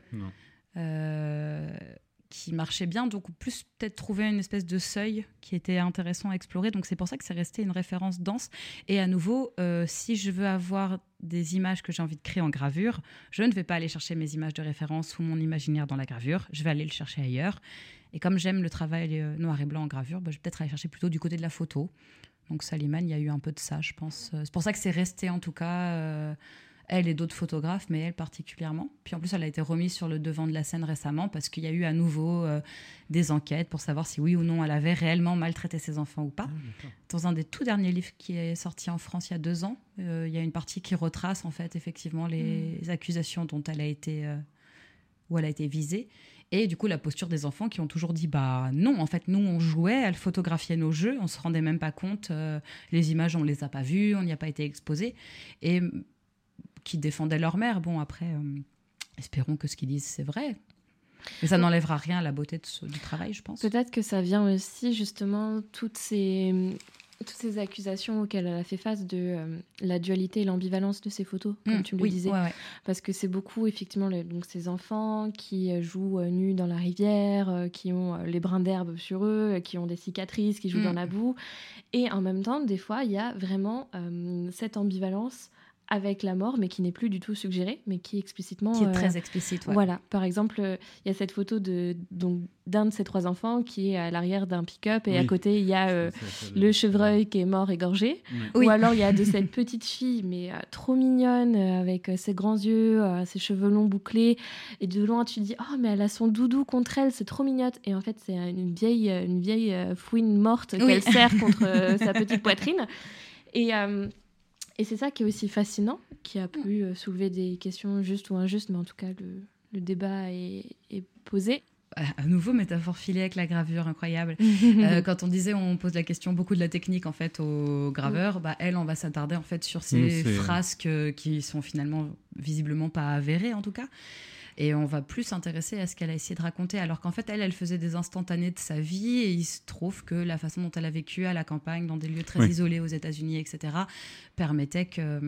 Speaker 7: qui marchait bien, donc plus peut-être trouver une espèce de seuil qui était intéressant à explorer, donc c'est pour ça que c'est resté une référence dense. Et à nouveau, si je veux avoir des images que j'ai envie de créer en gravure, je ne vais pas aller chercher mes images de référence ou mon imaginaire dans la gravure, je vais aller le chercher ailleurs. Et comme j'aime le travail noir et blanc en gravure, je vais peut-être aller chercher plutôt du côté de la photo. Donc Salimane, il y a eu un peu de ça, je pense. C'est pour ça que c'est resté, en tout cas, elle et d'autres photographes, mais elle particulièrement. Puis en plus, elle a été remise sur le devant de la scène récemment parce qu'il y a eu à nouveau des enquêtes pour savoir si oui ou non elle avait réellement maltraité ses enfants ou pas. Dans un des tout derniers livres qui est sorti en France il y a 2 ans, il y a une partie qui retrace en fait effectivement les accusations dont elle a été, où elle a été visée. Et du coup, la posture des enfants qui ont toujours dit bah non, en fait, nous, on jouait, elle photographiait nos jeux, on se rendait même pas compte, les images, on les a pas vues, on n'y a pas été exposés. Et qui défendaient leur mère. Bon, après, espérons que ce qu'ils disent, c'est vrai. Mais ça n'enlèvera rien à la beauté du travail, je pense.
Speaker 9: Peut-être que ça vient aussi, justement, toutes ces accusations auxquelles elle a fait face de la dualité et l'ambivalence de ses photos, comme tu me le disais. Ouais. Parce que c'est beaucoup, effectivement, donc ces enfants qui jouent nus dans la rivière, qui ont les brins d'herbe sur eux, qui ont des cicatrices, qui jouent dans la boue. Et en même temps, des fois, il y a vraiment cette ambivalence avec la mort, mais qui n'est plus du tout suggérée, mais qui explicitement...
Speaker 7: Qui est très explicite, ouais.
Speaker 9: Voilà. Par exemple, il y a cette photo d'un de ces 3 enfants qui est à l'arrière d'un pick-up, et à côté, il y a le chevreuil qui est mort égorgé. Ou alors, il y a de cette petite fille, mais trop mignonne, avec ses grands yeux, ses cheveux longs bouclés, et de loin, tu dis « Oh, mais elle a son doudou contre elle, c'est trop mignonne !» Et en fait, c'est une vieille fouine morte qu'elle serre contre sa petite poitrine. Et c'est ça qui est aussi fascinant, qui a pu soulever des questions justes ou injustes, mais en tout cas, le débat est posé.
Speaker 7: À nouveau, métaphore filée avec la gravure, incroyable. Quand on disait on pose la question beaucoup de la technique en fait aux graveurs, on va s'attarder en fait sur ces frasques qui sont finalement visiblement pas avérées en tout cas. Et on va plus s'intéresser à ce qu'elle a essayé de raconter, alors qu'en fait, elle faisait des instantanés de sa vie, et il se trouve que la façon dont elle a vécu à la campagne, dans des lieux très isolés aux États-Unis, etc., permettait que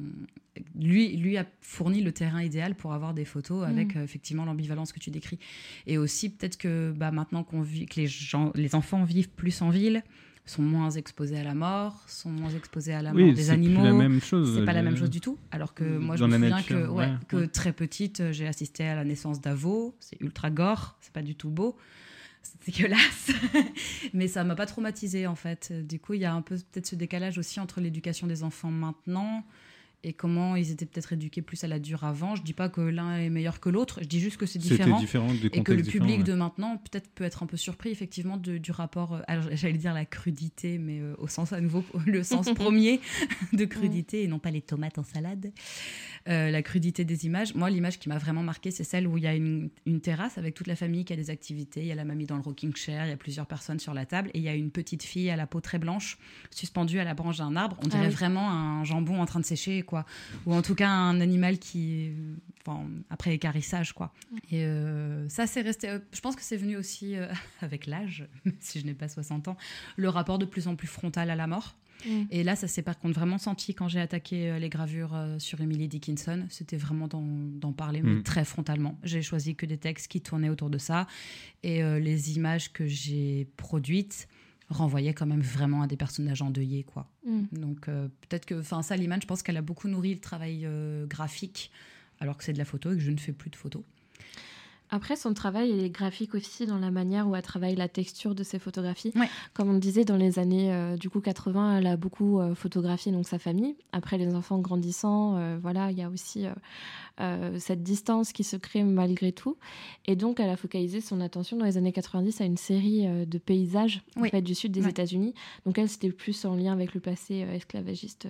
Speaker 7: lui a fourni le terrain idéal pour avoir des photos avec effectivement l'ambivalence que tu décris. Et aussi, peut-être que maintenant que les enfants vivent plus en ville, sont moins exposés à la mort, sont moins exposés à la mort des animaux.
Speaker 8: C'est la même chose.
Speaker 7: C'est pas la même chose du tout. Alors que moi, je me souviens que très petite, j'ai assisté à la naissance d'Avo. C'est ultra gore, c'est pas du tout beau. C'est dégueulasse. Mais ça m'a pas traumatisée, en fait. Du coup, il y a un peu peut-être ce décalage aussi entre l'éducation des enfants maintenant et comment ils étaient peut-être éduqués plus à la dure avant. Je dis pas que l'un est meilleur que l'autre, je dis juste que c'est différent. Et que le public de maintenant peut-être peut être un peu surpris effectivement du rapport, alors j'allais dire la crudité, mais au sens à nouveau, le sens premier de crudité et non pas les tomates en salade. La crudité des images. Moi, l'image qui m'a vraiment marquée, c'est celle où il y a une terrasse avec toute la famille qui a des activités. Il y a la mamie dans le rocking chair, il y a plusieurs personnes sur la table et il y a une petite fille à la peau très blanche suspendue à la branche d'un arbre. On dirait vraiment un jambon en train de sécher, quoi. Ou en tout cas un animal qui, après équarrissage, quoi. Et ça, c'est resté. Je pense que c'est venu aussi avec l'âge, même si je n'ai pas 60 ans, le rapport de plus en plus frontal à la mort. Et là, ça s'est par contre vraiment senti quand j'ai attaqué les gravures sur Emily Dickinson. C'était vraiment d'en parler, mais très frontalement. J'ai choisi que des textes qui tournaient autour de ça. Et les images que j'ai produites renvoyait quand même vraiment à des personnages endeuillés, quoi. Donc peut-être que Salimane, je pense qu'elle a beaucoup nourri le travail graphique alors que c'est de la photo et que je ne fais plus de photos.
Speaker 9: Après, son travail est graphique aussi dans la manière où elle travaille la texture de ses photographies.
Speaker 7: Ouais.
Speaker 9: Comme on disait, dans les années 80, elle a beaucoup photographié donc, sa famille. Après, les enfants grandissant, il y a aussi cette distance qui se crée malgré tout. Et donc, elle a focalisé son attention dans les années 90 à une série de paysages en fait, du sud des États-Unis. Donc, elle, c'était plus en lien avec le passé esclavagiste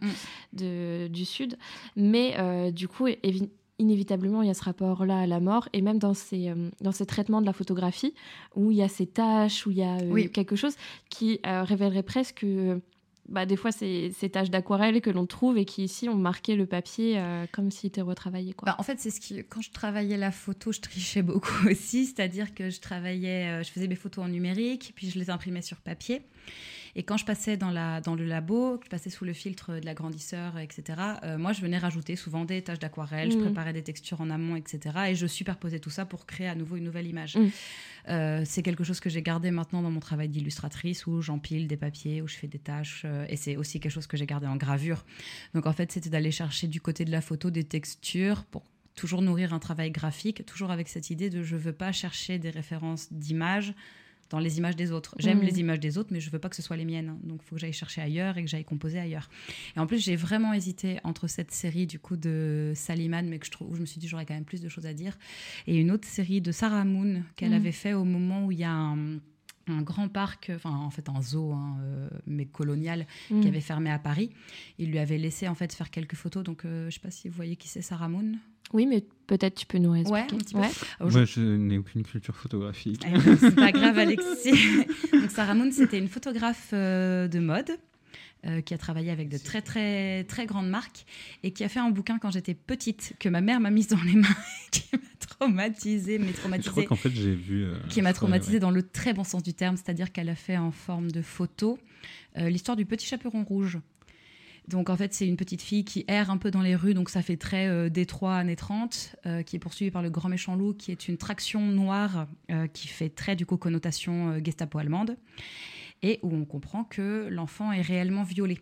Speaker 9: du sud. Mais du coup, inévitablement, il y a ce rapport-là à la mort, et même dans ces traitements de la photographie, où il y a ces taches, où il y a quelque chose qui révélerait presque des fois ces taches d'aquarelle que l'on trouve et qui ici ont marqué le papier comme s'il était retravaillé, quoi.
Speaker 7: En fait, quand je travaillais la photo, je trichais beaucoup aussi, c'est-à-dire que je faisais mes photos en numérique, puis je les imprimais sur papier. Et quand je passais dans le labo, je passais sous le filtre de l'agrandisseur, etc., moi, je venais rajouter souvent des taches d'aquarelle, je préparais des textures en amont, etc., et je superposais tout ça pour créer à nouveau une nouvelle image. C'est quelque chose que j'ai gardé maintenant dans mon travail d'illustratrice, où j'empile des papiers, où je fais des tâches, et c'est aussi quelque chose que j'ai gardé en gravure. Donc, en fait, c'était d'aller chercher du côté de la photo des textures pour toujours nourrir un travail graphique, toujours avec cette idée de je ne veux pas chercher des références d'images dans les images des autres. J'aime les images des autres, mais je veux pas que ce soit les miennes. Donc, il faut que j'aille chercher ailleurs et que j'aille composer ailleurs. Et en plus, j'ai vraiment hésité entre cette série du coup de Salimane, mais où je me suis dit j'aurais quand même plus de choses à dire, et une autre série de Sarah Moon qu'elle avait fait au moment où il y a un grand parc, en fait un zoo, mais colonial, qui avait fermé à Paris. Il lui avait laissé en fait faire quelques photos. Donc, je sais pas si vous voyez qui c'est, Sarah Moon.
Speaker 9: Oui, mais peut-être tu peux nous expliquer.
Speaker 7: Ouais, un petit peu.
Speaker 8: Moi, je n'ai aucune culture photographique.
Speaker 7: C'est pas grave, Alexis. Donc, Sarah Moon, c'était une photographe de mode qui a travaillé avec de très, très, très grandes marques et qui a fait un bouquin quand j'étais petite que ma mère m'a mise dans les mains qui m'a traumatisée.
Speaker 8: Je crois qu'en fait, j'ai vu...
Speaker 7: qui m'a traumatisée dans le très bon sens du terme, c'est-à-dire qu'elle a fait en forme de photo l'histoire du petit chaperon rouge. Donc, en fait, c'est une petite fille qui erre un peu dans les rues, donc ça fait très Détroit années 30, qui est poursuivie par le Grand Méchant Loup, qui est une traction noire qui fait très, du coup, connotation Gestapo allemande, et où on comprend que l'enfant est réellement violé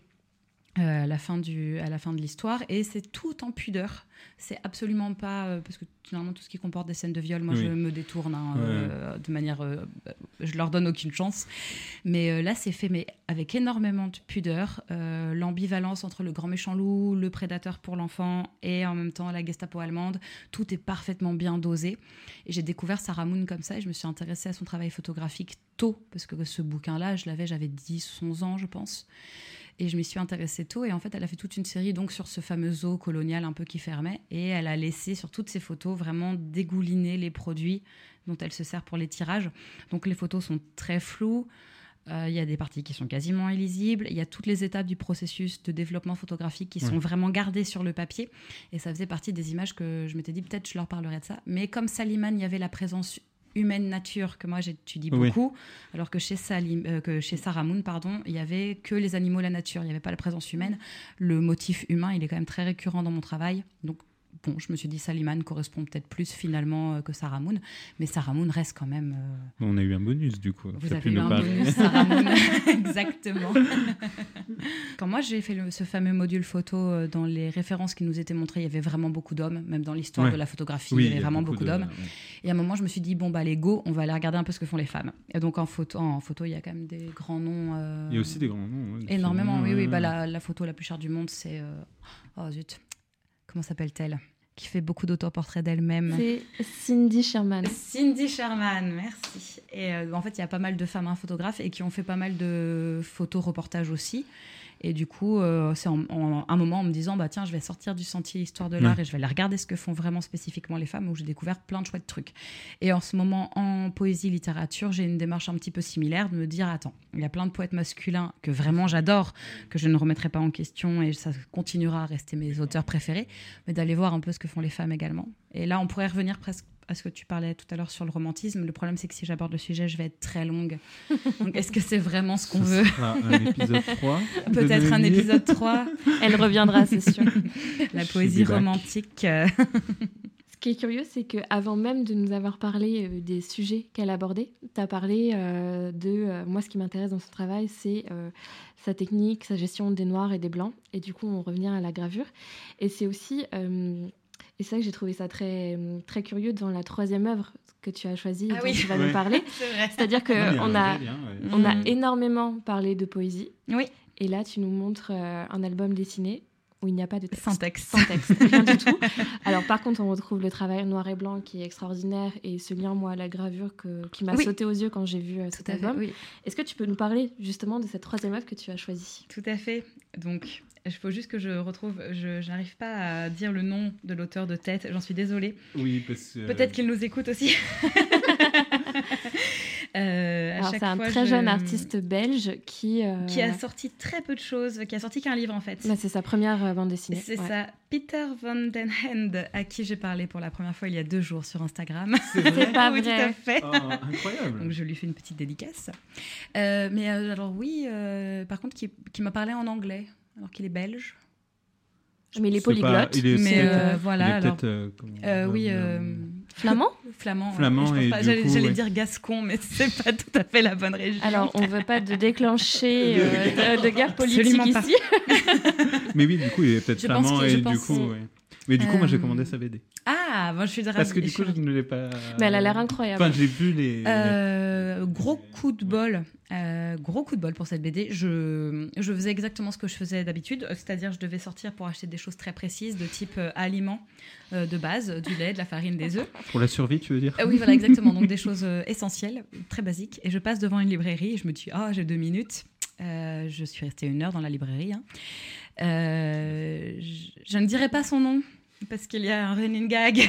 Speaker 7: à la fin de l'histoire, et c'est tout en pudeur. C'est absolument pas... parce que finalement, tout ce qui comporte des scènes de viol, moi, je me détourne de manière... je leur donne aucune chance. Mais là, c'est fait mais avec énormément de pudeur. L'ambivalence entre le grand méchant loup, le prédateur pour l'enfant et en même temps la Gestapo allemande, tout est parfaitement bien dosé. Et j'ai découvert Sarah Moon comme ça, et je me suis intéressée à son travail photographique tôt, parce que ce bouquin-là, j'avais 10, 11 ans, je pense. Et je m'y suis intéressée tôt. Et en fait, elle a fait toute une série donc, sur ce fameux zoo colonial un peu qui fermait. Et elle a laissé sur toutes ses photos vraiment dégouliner les produits dont elle se sert pour les tirages. Donc les photos sont très floues. Il y a des parties qui sont quasiment illisibles. Il y a toutes les étapes du processus de développement photographique qui sont vraiment gardées sur le papier. Et ça faisait partie des images que je m'étais dit, peut-être je leur parlerai de ça. Mais comme Salimane, il y avait la présence humaine nature que moi j'étudie beaucoup, alors que chez Saramoun, il y avait que les animaux, la nature. Il n'y avait pas la présence humaine. Le motif humain, il est quand même très récurrent dans mon travail. Donc, bon, je me suis dit Salimane correspond peut-être plus finalement que Saramoun, mais Saramoun reste quand même...
Speaker 8: On a eu un bonus du coup.
Speaker 7: Vous avez eu un bonus Saramoun, exactement. Quand moi j'ai fait ce fameux module photo, dans les références qui nous étaient montrées, il y avait vraiment beaucoup d'hommes, même dans l'histoire de la photographie, il y avait vraiment beaucoup d'hommes. Et à un moment je me suis dit, bon bah les go, on va aller regarder un peu ce que font les femmes. Et donc en photo il y a quand même des grands noms.
Speaker 8: Il y a aussi des grands noms.
Speaker 7: Énormément, oui. Bah, la photo la plus chère du monde, c'est... oh zut, comment s'appelle-t-elle ? Qui fait beaucoup d'autoportraits d'elle-même.
Speaker 9: C'est Cindy Sherman.
Speaker 7: Cindy Sherman, merci. Et en fait, il y a pas mal de femmes photographes et qui ont fait pas mal de photos-reportages aussi. Et du coup, c'est un moment en me disant, bah, tiens, je vais sortir du sentier Histoire de l'art et je vais aller regarder ce que font vraiment spécifiquement les femmes, où j'ai découvert plein de chouettes trucs. Et en ce moment, en poésie, littérature, j'ai une démarche un petit peu similaire de me dire, attends, il y a plein de poètes masculins que vraiment j'adore, que je ne remettrai pas en question et ça continuera à rester mes auteurs préférés, mais d'aller voir un peu ce que font les femmes également. Et là, on pourrait revenir presque à ce que tu parlais tout à l'heure sur le romantisme. Le problème, c'est que si j'aborde le sujet, je vais être très longue. Donc, est-ce que c'est vraiment ce qu'on veut ?
Speaker 8: Ce sera un épisode 3.
Speaker 7: Peut-être un épisode 3.
Speaker 9: Elle reviendra, c'est sûr.
Speaker 7: La poésie romantique.
Speaker 9: Ce qui est curieux, c'est qu'avant même de nous avoir parlé des sujets qu'elle abordait, tu as parlé moi, ce qui m'intéresse dans son travail, c'est sa technique, sa gestion des noirs et des blancs. Et du coup, on revient à la gravure. Et c'est aussi... Et c'est vrai que j'ai trouvé ça très, très curieux dans la troisième œuvre que tu as choisie, dont tu vas nous parler. C'est-à-dire qu'on a énormément parlé de poésie.
Speaker 7: Oui.
Speaker 9: Et là, tu nous montres un album dessiné où il n'y a pas de texte.
Speaker 7: Sans texte.
Speaker 9: Sans texte, rien du tout. Alors, par contre, on retrouve le travail noir et blanc qui est extraordinaire et ce lien, moi, à la gravure qui m'a sauté aux yeux quand j'ai vu cet album.
Speaker 7: Oui.
Speaker 9: Est-ce que tu peux nous parler justement de cette troisième œuvre que tu as choisie ?
Speaker 7: Tout à fait. Donc... il faut juste que je retrouve... Je n'arrive pas à dire le nom de l'auteur de tête. J'en suis désolée.
Speaker 8: Oui, parce que...
Speaker 7: Peut-être qu'il nous écoute aussi.
Speaker 9: Alors, c'est un très jeune artiste belge qui
Speaker 7: a sorti très peu de choses, qui a sorti qu'un livre en fait.
Speaker 9: Bah, c'est sa première bande dessinée.
Speaker 7: C'est ça. Peter van den Hende, à qui j'ai parlé pour la première fois il y a 2 jours sur Instagram.
Speaker 9: C'est pas vrai.
Speaker 7: Oui, tout à fait.
Speaker 8: Oh, incroyable.
Speaker 7: Donc je lui fais une petite dédicace. Mais alors oui, par contre, qui m'a parlé en anglais. Alors qu'il est belge.
Speaker 9: Mais il est polyglotte.
Speaker 7: Voilà.
Speaker 8: Il est peut-être...
Speaker 9: Flamand ?
Speaker 7: Flamand.
Speaker 8: Et
Speaker 7: j'allais dire gascon, mais c'est pas tout à fait la bonne région.
Speaker 9: Alors, on veut pas de déclencher de guerre politique ici.
Speaker 8: Mais oui, du coup, il est peut-être flamand et du coup... Mais du coup, moi, j'ai commandé sa BD.
Speaker 7: Ah, moi, je suis ravie.
Speaker 8: Parce que du coup, je ne l'ai pas...
Speaker 9: Mais elle a l'air incroyable.
Speaker 8: Enfin, j'ai vu les...
Speaker 7: Gros coup de bol pour cette BD. Je faisais exactement ce que je faisais d'habitude, c'est-à-dire je devais sortir pour acheter des choses très précises de type aliments de base, du lait, de la farine, des œufs.
Speaker 8: Pour la survie, tu veux dire ?
Speaker 7: Oui, voilà, exactement. Donc des choses essentielles, très basiques. Et je passe devant une librairie et je me dis, j'ai 2 minutes. Je suis restée 1 heure dans la librairie. Je ne dirai pas son nom parce qu'il y a un running gag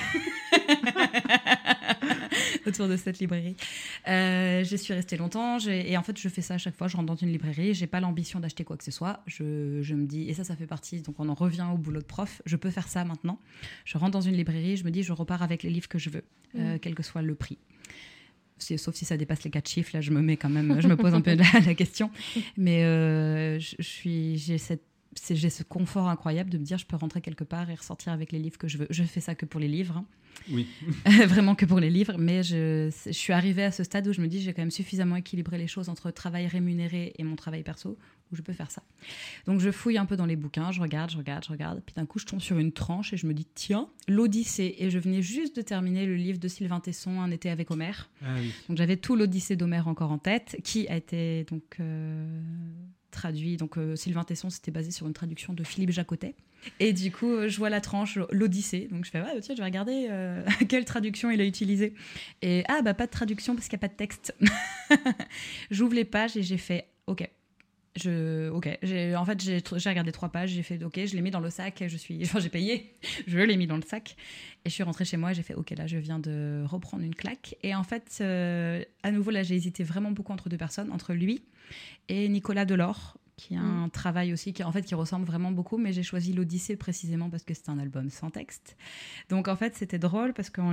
Speaker 7: autour de cette librairie. Je suis restée longtemps et en fait je fais ça à chaque fois. Je rentre dans une librairie, j'ai pas l'ambition d'acheter quoi que ce soit. Je me dis, et ça fait partie, donc on en revient au boulot de prof, je peux faire ça maintenant. Je rentre dans une librairie, je me dis je repars avec les livres que je veux, quel que soit le prix. Sauf si ça dépasse les 4 chiffres, là je me pose un peu la question. Mais j'ai ce confort incroyable de me dire je peux rentrer quelque part et ressortir avec les livres que je veux. Je fais ça que pour les livres.
Speaker 8: Oui.
Speaker 7: Vraiment que pour les livres. Mais je suis arrivée à ce stade où je me dis j'ai quand même suffisamment équilibré les choses entre travail rémunéré et mon travail perso où je peux faire ça. Donc je fouille un peu dans les bouquins, je regarde. Puis d'un coup je tombe sur une tranche et je me dis tiens, l'Odyssée. Et je venais juste de terminer le livre de Sylvain Tesson, Un été avec Homère.
Speaker 8: Ah oui. Donc
Speaker 7: j'avais tout l'Odyssée d'Homère encore en tête, qui a été donc... traduit. Donc Sylvain Tesson, c'était basé sur une traduction de Philippe Jacotet. Et du coup, je vois la tranche l'Odyssée. Donc je fais tiens, je vais regarder quelle traduction il a utilisée. Et pas de traduction parce qu'il n'y a pas de texte. J'ouvre les pages et j'ai fait OK. Ok. J'ai regardé 3 pages, j'ai fait ok, je l'ai mis dans le sac, j'ai payé, je l'ai mis dans le sac et je suis rentrée chez moi et j'ai fait ok, là je viens de reprendre une claque. Et en fait, à nouveau là, j'ai hésité vraiment beaucoup entre 2 personnes, entre lui et Nicolas Delors, qui a un travail aussi qui ressemble vraiment beaucoup, mais j'ai choisi l'Odyssée précisément parce que c'est un album sans texte. Donc en fait, c'était drôle parce qu'en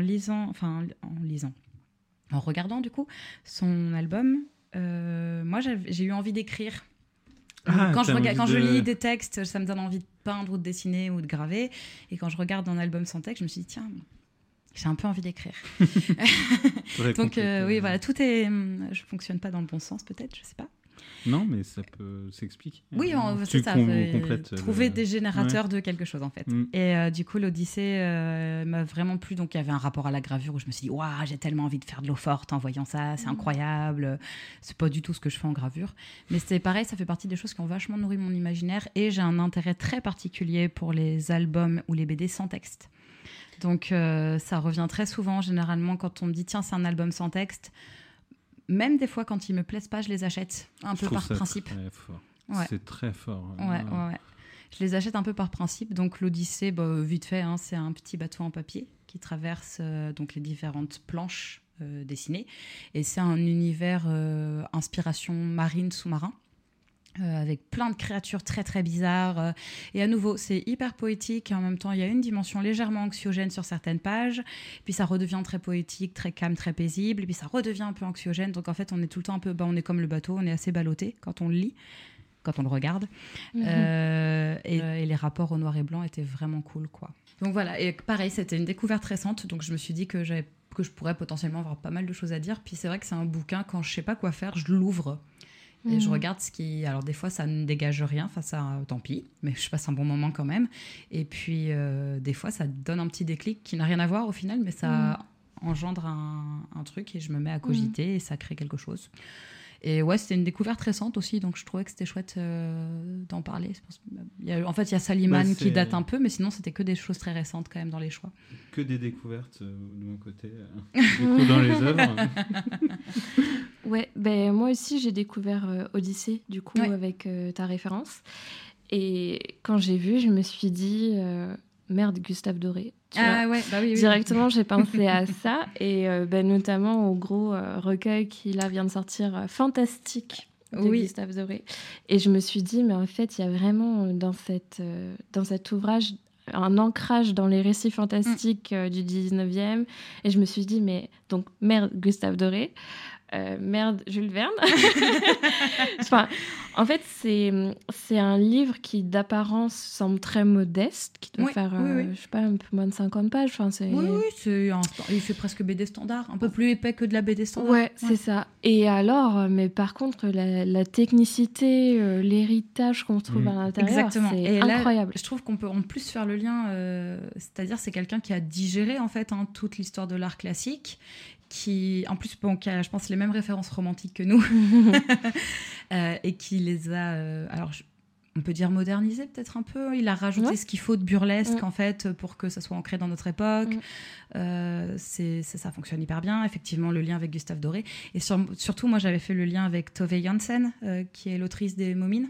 Speaker 7: regardant du coup son album, moi j'ai eu envie d'écrire. Quand je lis des textes, ça me donne envie de peindre ou de dessiner ou de graver. Et quand je regarde un album sans texte, je me suis dit, tiens, j'ai un peu envie d'écrire. Donc oui, voilà, tout est... Je fonctionne pas dans le bon sens peut-être, je sais pas.
Speaker 8: Non, mais ça peut s'expliquer.
Speaker 7: Oui, c'est ça. Trouver des générateurs de quelque chose, en fait. Et du coup, l'Odyssée m'a vraiment plu. Donc, il y avait un rapport à la gravure où je me suis dit, waouh, j'ai tellement envie de faire de l'eau forte en voyant ça. C'est incroyable. C'est pas du tout ce que je fais en gravure. Mais c'est pareil, ça fait partie des choses qui ont vachement nourri mon imaginaire. Et j'ai un intérêt très particulier pour les albums ou les BD sans texte. Donc, ça revient très souvent. Généralement, quand on me dit, tiens, c'est un album sans texte... Même des fois, quand ils me plaisent pas, je les achète un peu par principe.
Speaker 8: Très fort.
Speaker 7: Ouais.
Speaker 8: C'est très fort.
Speaker 7: Ouais. Je les achète un peu par principe. Donc l'Odyssée, vite fait, c'est un petit bateau en papier qui traverse donc les différentes planches dessinées. Et c'est un univers inspiration marine, sous-marin. Avec plein de créatures très très bizarres et à nouveau c'est hyper poétique et en même temps il y a une dimension légèrement anxiogène sur certaines pages, puis ça redevient très poétique, très calme, très paisible, et puis ça redevient un peu anxiogène. Donc en fait on est tout le temps un peu, on est comme le bateau, on est assez ballotté quand on le lit, quand on le regarde. Et les rapports au noir et blanc étaient vraiment cool, quoi. Donc voilà, et pareil, c'était une découverte récente, donc je me suis dit que je pourrais potentiellement avoir pas mal de choses à dire. Puis c'est vrai que c'est un bouquin, quand je sais pas quoi faire, je l'ouvre et je regarde ce qui... Alors des fois ça ne dégage rien, enfin ça, tant pis, mais je passe un bon moment quand même. Et puis des fois ça donne un petit déclic qui n'a rien à voir au final, mais ça engendre un truc et je me mets à cogiter et ça crée quelque chose. Et ouais, c'était une découverte récente aussi, donc je trouvais que c'était chouette d'en parler. Il y a Saliman qui date un peu, mais sinon c'était que des choses très récentes quand même dans les choix. Que
Speaker 8: des découvertes de mon côté, du coup, dans les œuvres.
Speaker 9: Ouais, moi aussi j'ai découvert Odyssée, du coup, avec ta référence. Et quand j'ai vu, je me suis dit, merde, Gustave Doré. Oui. Directement, j'ai pensé à ça, et notamment au gros recueil qui là vient de sortir, Fantastique, de Gustave Doré. Et je me suis dit, mais en fait, il y a vraiment dans cet ouvrage un ancrage dans les récits fantastiques du 19e. Et je me suis dit, mais donc, merde, Gustave Doré. Merde, Jules Verne. Enfin, en fait, c'est un livre qui, d'apparence, semble très modeste, qui doit faire, je sais pas, un peu moins de 50 pages. Enfin,
Speaker 7: il fait presque BD standard, un peu plus épais que de la BD standard.
Speaker 9: Ouais, c'est ça. Et alors, mais par contre, la technicité, l'héritage qu'on trouve à l'intérieur, c'est incroyable.
Speaker 7: Là, je trouve qu'on peut en plus faire le lien, c'est-à-dire c'est quelqu'un qui a digéré, en fait, toute l'histoire de l'art classique, qui, en plus, qui a, je pense, les mêmes références romantiques que nous, et qui les a, on peut dire modernisées peut-être un peu. Il a rajouté ce qu'il faut de burlesque, en fait, pour que ça soit ancré dans notre époque. Ça fonctionne hyper bien, effectivement, le lien avec Gustave Doré. Et surtout, moi, j'avais fait le lien avec Tove Jansson, qui est l'autrice des Moumines.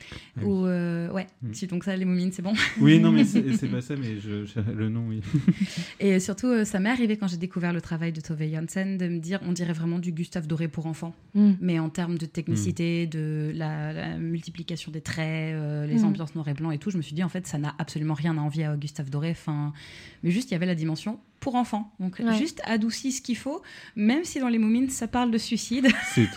Speaker 7: Donc ça, les Moumines, c'est bon.
Speaker 8: Oui, non, mais c'est pas ça, mais le nom, oui.
Speaker 7: Et surtout, ça m'est arrivé quand j'ai découvert le travail de Tove Jansson de me dire, on dirait vraiment du Gustave Doré pour enfants, mais en termes de technicité, de la multiplication des traits, les ambiances noir et blanc et tout, je me suis dit, en fait, ça n'a absolument rien à envier à Gustave Doré, mais juste, il y avait la dimension pour enfants, donc juste adouci ce qu'il faut, même si dans les Moumines, ça parle de suicide.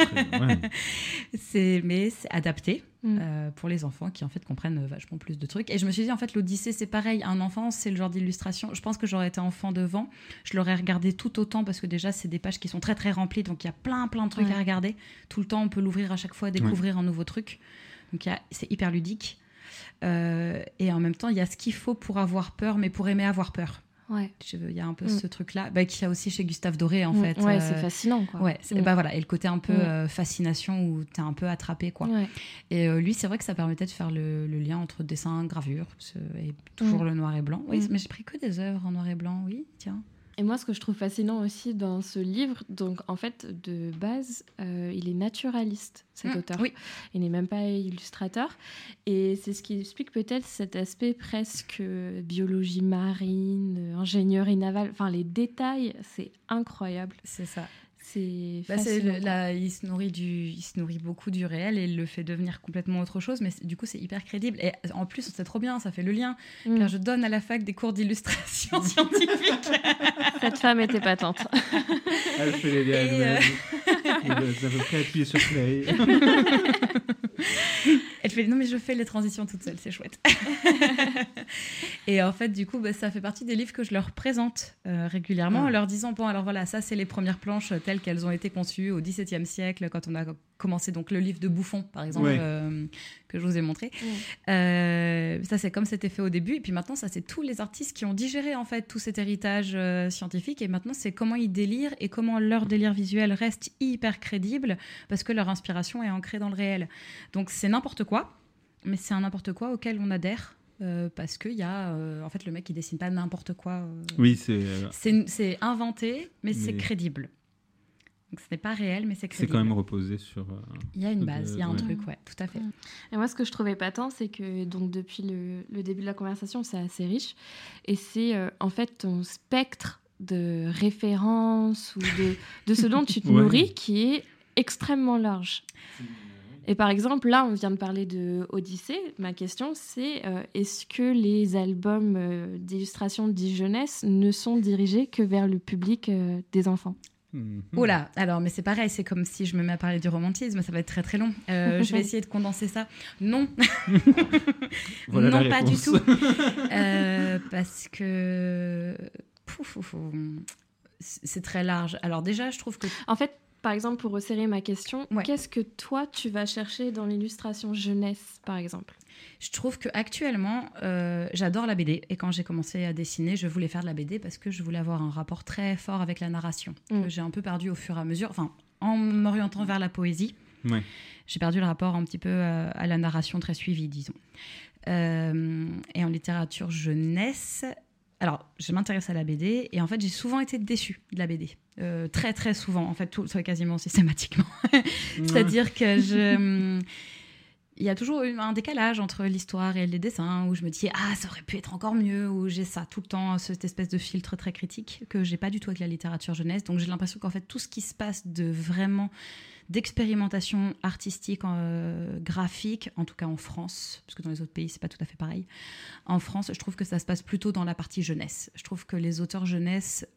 Speaker 7: Mais c'est adapté. Pour les enfants qui en fait comprennent vachement plus de trucs. Et je me suis dit, en fait, l'Odyssée, c'est pareil. Un enfant, c'est le genre d'illustration. Je pense que j'aurais été enfant devant, je l'aurais regardé tout autant, parce que déjà, c'est des pages qui sont très très remplies, donc il y a plein de trucs à regarder. Tout le temps, on peut l'ouvrir à chaque fois, découvrir un nouveau truc. Donc c'est hyper ludique. Et en même temps, il y a ce qu'il faut pour avoir peur, mais pour aimer avoir peur. Il y a un peu ce truc-là, qu'il y a aussi chez Gustave Doré, en fait.
Speaker 9: C'est fascinant, quoi.
Speaker 7: Voilà, et le côté un peu fascination où t'es un peu attrapé, quoi. Et lui, c'est vrai que ça permettait de faire le lien entre dessin, gravure, et toujours le noir et blanc. Oui, mais j'ai pris que des œuvres en noir et blanc, oui, tiens.
Speaker 9: Et moi, ce que je trouve fascinant aussi dans ce livre, donc en fait, de base, il est naturaliste, cet auteur.
Speaker 7: Oui.
Speaker 9: Il n'est même pas illustrateur. Et c'est ce qui explique peut-être cet aspect presque biologie marine, ingénierie navale. Enfin, les détails, c'est incroyable.
Speaker 7: C'est ça.
Speaker 9: C'est
Speaker 7: fascinant. Il se nourrit beaucoup du réel et il le fait devenir complètement autre chose, mais du coup c'est hyper crédible. Et en plus c'est trop bien, ça fait le lien, car je donne à la fac des cours d'illustration scientifique.
Speaker 9: Cette femme était patente.
Speaker 8: Elle fait les liens. Vous avez à peu près appuyé sur play.
Speaker 7: Elle fait non mais je fais les transitions toute seule, c'est chouette. Et en fait du coup ça fait partie des livres que je leur présente régulièrement en leur disant bon alors voilà, ça c'est les premières planches telles qu'elles ont été conçues au XVIIe siècle quand on a commencé donc le livre de Buffon par exemple que je vous ai montré. Ça c'est comme c'était fait au début et puis maintenant ça c'est tous les artistes qui ont digéré en fait tout cet héritage scientifique et maintenant c'est comment ils délirent et comment leur délire visuel reste hyper crédible parce que leur inspiration est ancrée dans le réel. Donc c'est n'importe quoi, mais c'est un n'importe quoi auquel on adhère parce qu'il y a en fait le mec il dessine pas n'importe quoi.
Speaker 8: Oui
Speaker 7: c'est inventé mais c'est crédible. Donc ce n'est pas réel, mais c'est crédible.
Speaker 8: C'est quand même reposé sur...
Speaker 7: il y a une base, il y a un truc, tout à fait.
Speaker 9: Et moi, ce que je trouvais patent, c'est que donc, depuis le début de la conversation, c'est assez riche. Et c'est en fait ton spectre de références ou de ce dont tu te nourris qui est extrêmement large. Et par exemple, là, on vient de parler de Odyssée. Ma question, c'est est-ce que les albums d'illustration dits jeunesse ne sont dirigés que vers le public des enfants ?
Speaker 7: Oula, alors mais c'est pareil, c'est comme si je me mets à parler du romantisme, ça va être très très long. Je vais essayer de condenser ça. Non,
Speaker 8: voilà
Speaker 7: non pas du tout, parce que c'est très large. Alors déjà, je trouve que
Speaker 9: en fait, par exemple, pour resserrer ma question, qu'est-ce que toi tu vas chercher dans l'illustration jeunesse, par exemple ?
Speaker 7: Je trouve qu'actuellement, j'adore la BD. Et quand j'ai commencé à dessiner, je voulais faire de la BD parce que je voulais avoir un rapport très fort avec la narration. Que j'ai un peu perdu au fur et à mesure. Enfin, en m'orientant vers la poésie, j'ai perdu le rapport un petit peu à la narration très suivie, disons. Et en littérature jeunesse... Alors, je m'intéresse à la BD et en fait, j'ai souvent été déçue de la BD. Très, très souvent. En fait, quasiment systématiquement. C'est-à-dire que il y a toujours eu un décalage entre l'histoire et les dessins où je me dis ça aurait pu être encore mieux, où j'ai ça tout le temps, cette espèce de filtre très critique que j'ai pas du tout avec la littérature jeunesse. Donc j'ai l'impression qu'en fait tout ce qui se passe d'expérimentation artistique, graphique, en tout cas en France, parce que dans les autres pays c'est pas tout à fait pareil. En France, je trouve que ça se passe plutôt dans la partie jeunesse. Je trouve que les auteurs jeunesse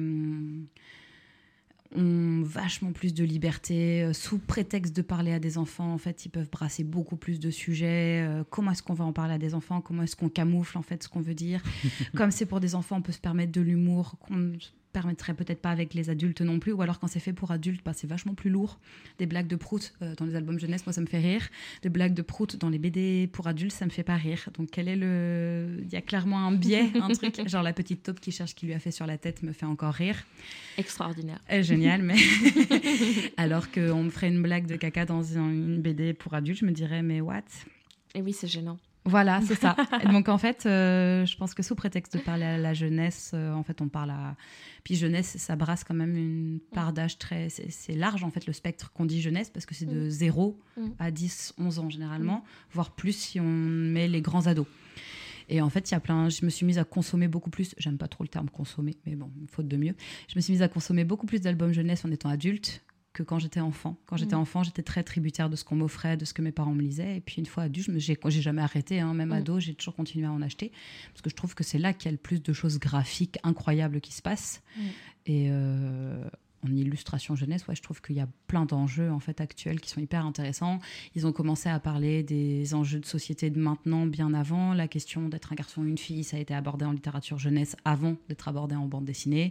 Speaker 7: ont vachement plus de liberté, sous prétexte de parler à des enfants, en fait, ils peuvent brasser beaucoup plus de sujets. Comment est-ce qu'on va en parler à des enfants ? Comment est-ce qu'on camoufle, en fait, ce qu'on veut dire ? Comme c'est pour des enfants, on peut se permettre de l'humour qu'on ne permettrait peut-être pas avec les adultes non plus, ou alors quand c'est fait pour adultes, c'est vachement plus lourd. Des blagues de prout dans les albums jeunesse, moi, ça me fait rire. Des blagues de prout dans les BD pour adultes, ça me fait pas rire. Donc, il y a clairement un biais, un truc, genre la petite taupe qui cherche qui lui a fait sur la tête me fait encore rire.
Speaker 9: Extraordinaire.
Speaker 7: Génial, mais alors qu'on me ferait une blague de caca dans une BD pour adultes, je me dirais, mais what ?
Speaker 9: Et oui, c'est gênant.
Speaker 7: Voilà, c'est ça. Donc, en fait, je pense que sous prétexte de parler à la jeunesse, en fait, on parle à... Puis jeunesse, ça brasse quand même une part d'âge très... C'est large, en fait, le spectre qu'on dit jeunesse, parce que c'est de 0 à 10, 11 ans, généralement, voire plus si on met les grands ados. Et en fait, je me suis mise à consommer beaucoup plus... J'aime pas trop le terme consommer, mais bon, faute de mieux. Je me suis mise à consommer beaucoup plus d'albums jeunesse en étant adulte que quand j'étais enfant. Quand j'étais enfant, j'étais très tributaire de ce qu'on m'offrait, de ce que mes parents me lisaient. Et puis une fois adulte, j'ai jamais arrêté, même ado, j'ai toujours continué à en acheter. Parce que je trouve que c'est là qu'il y a le plus de choses graphiques incroyables qui se passent. Et en illustration jeunesse, je trouve qu'il y a plein d'enjeux en fait, actuels qui sont hyper intéressants. Ils ont commencé à parler des enjeux de société de maintenant, bien avant. La question d'être un garçon ou une fille, ça a été abordé en littérature jeunesse avant d'être abordé en bande dessinée.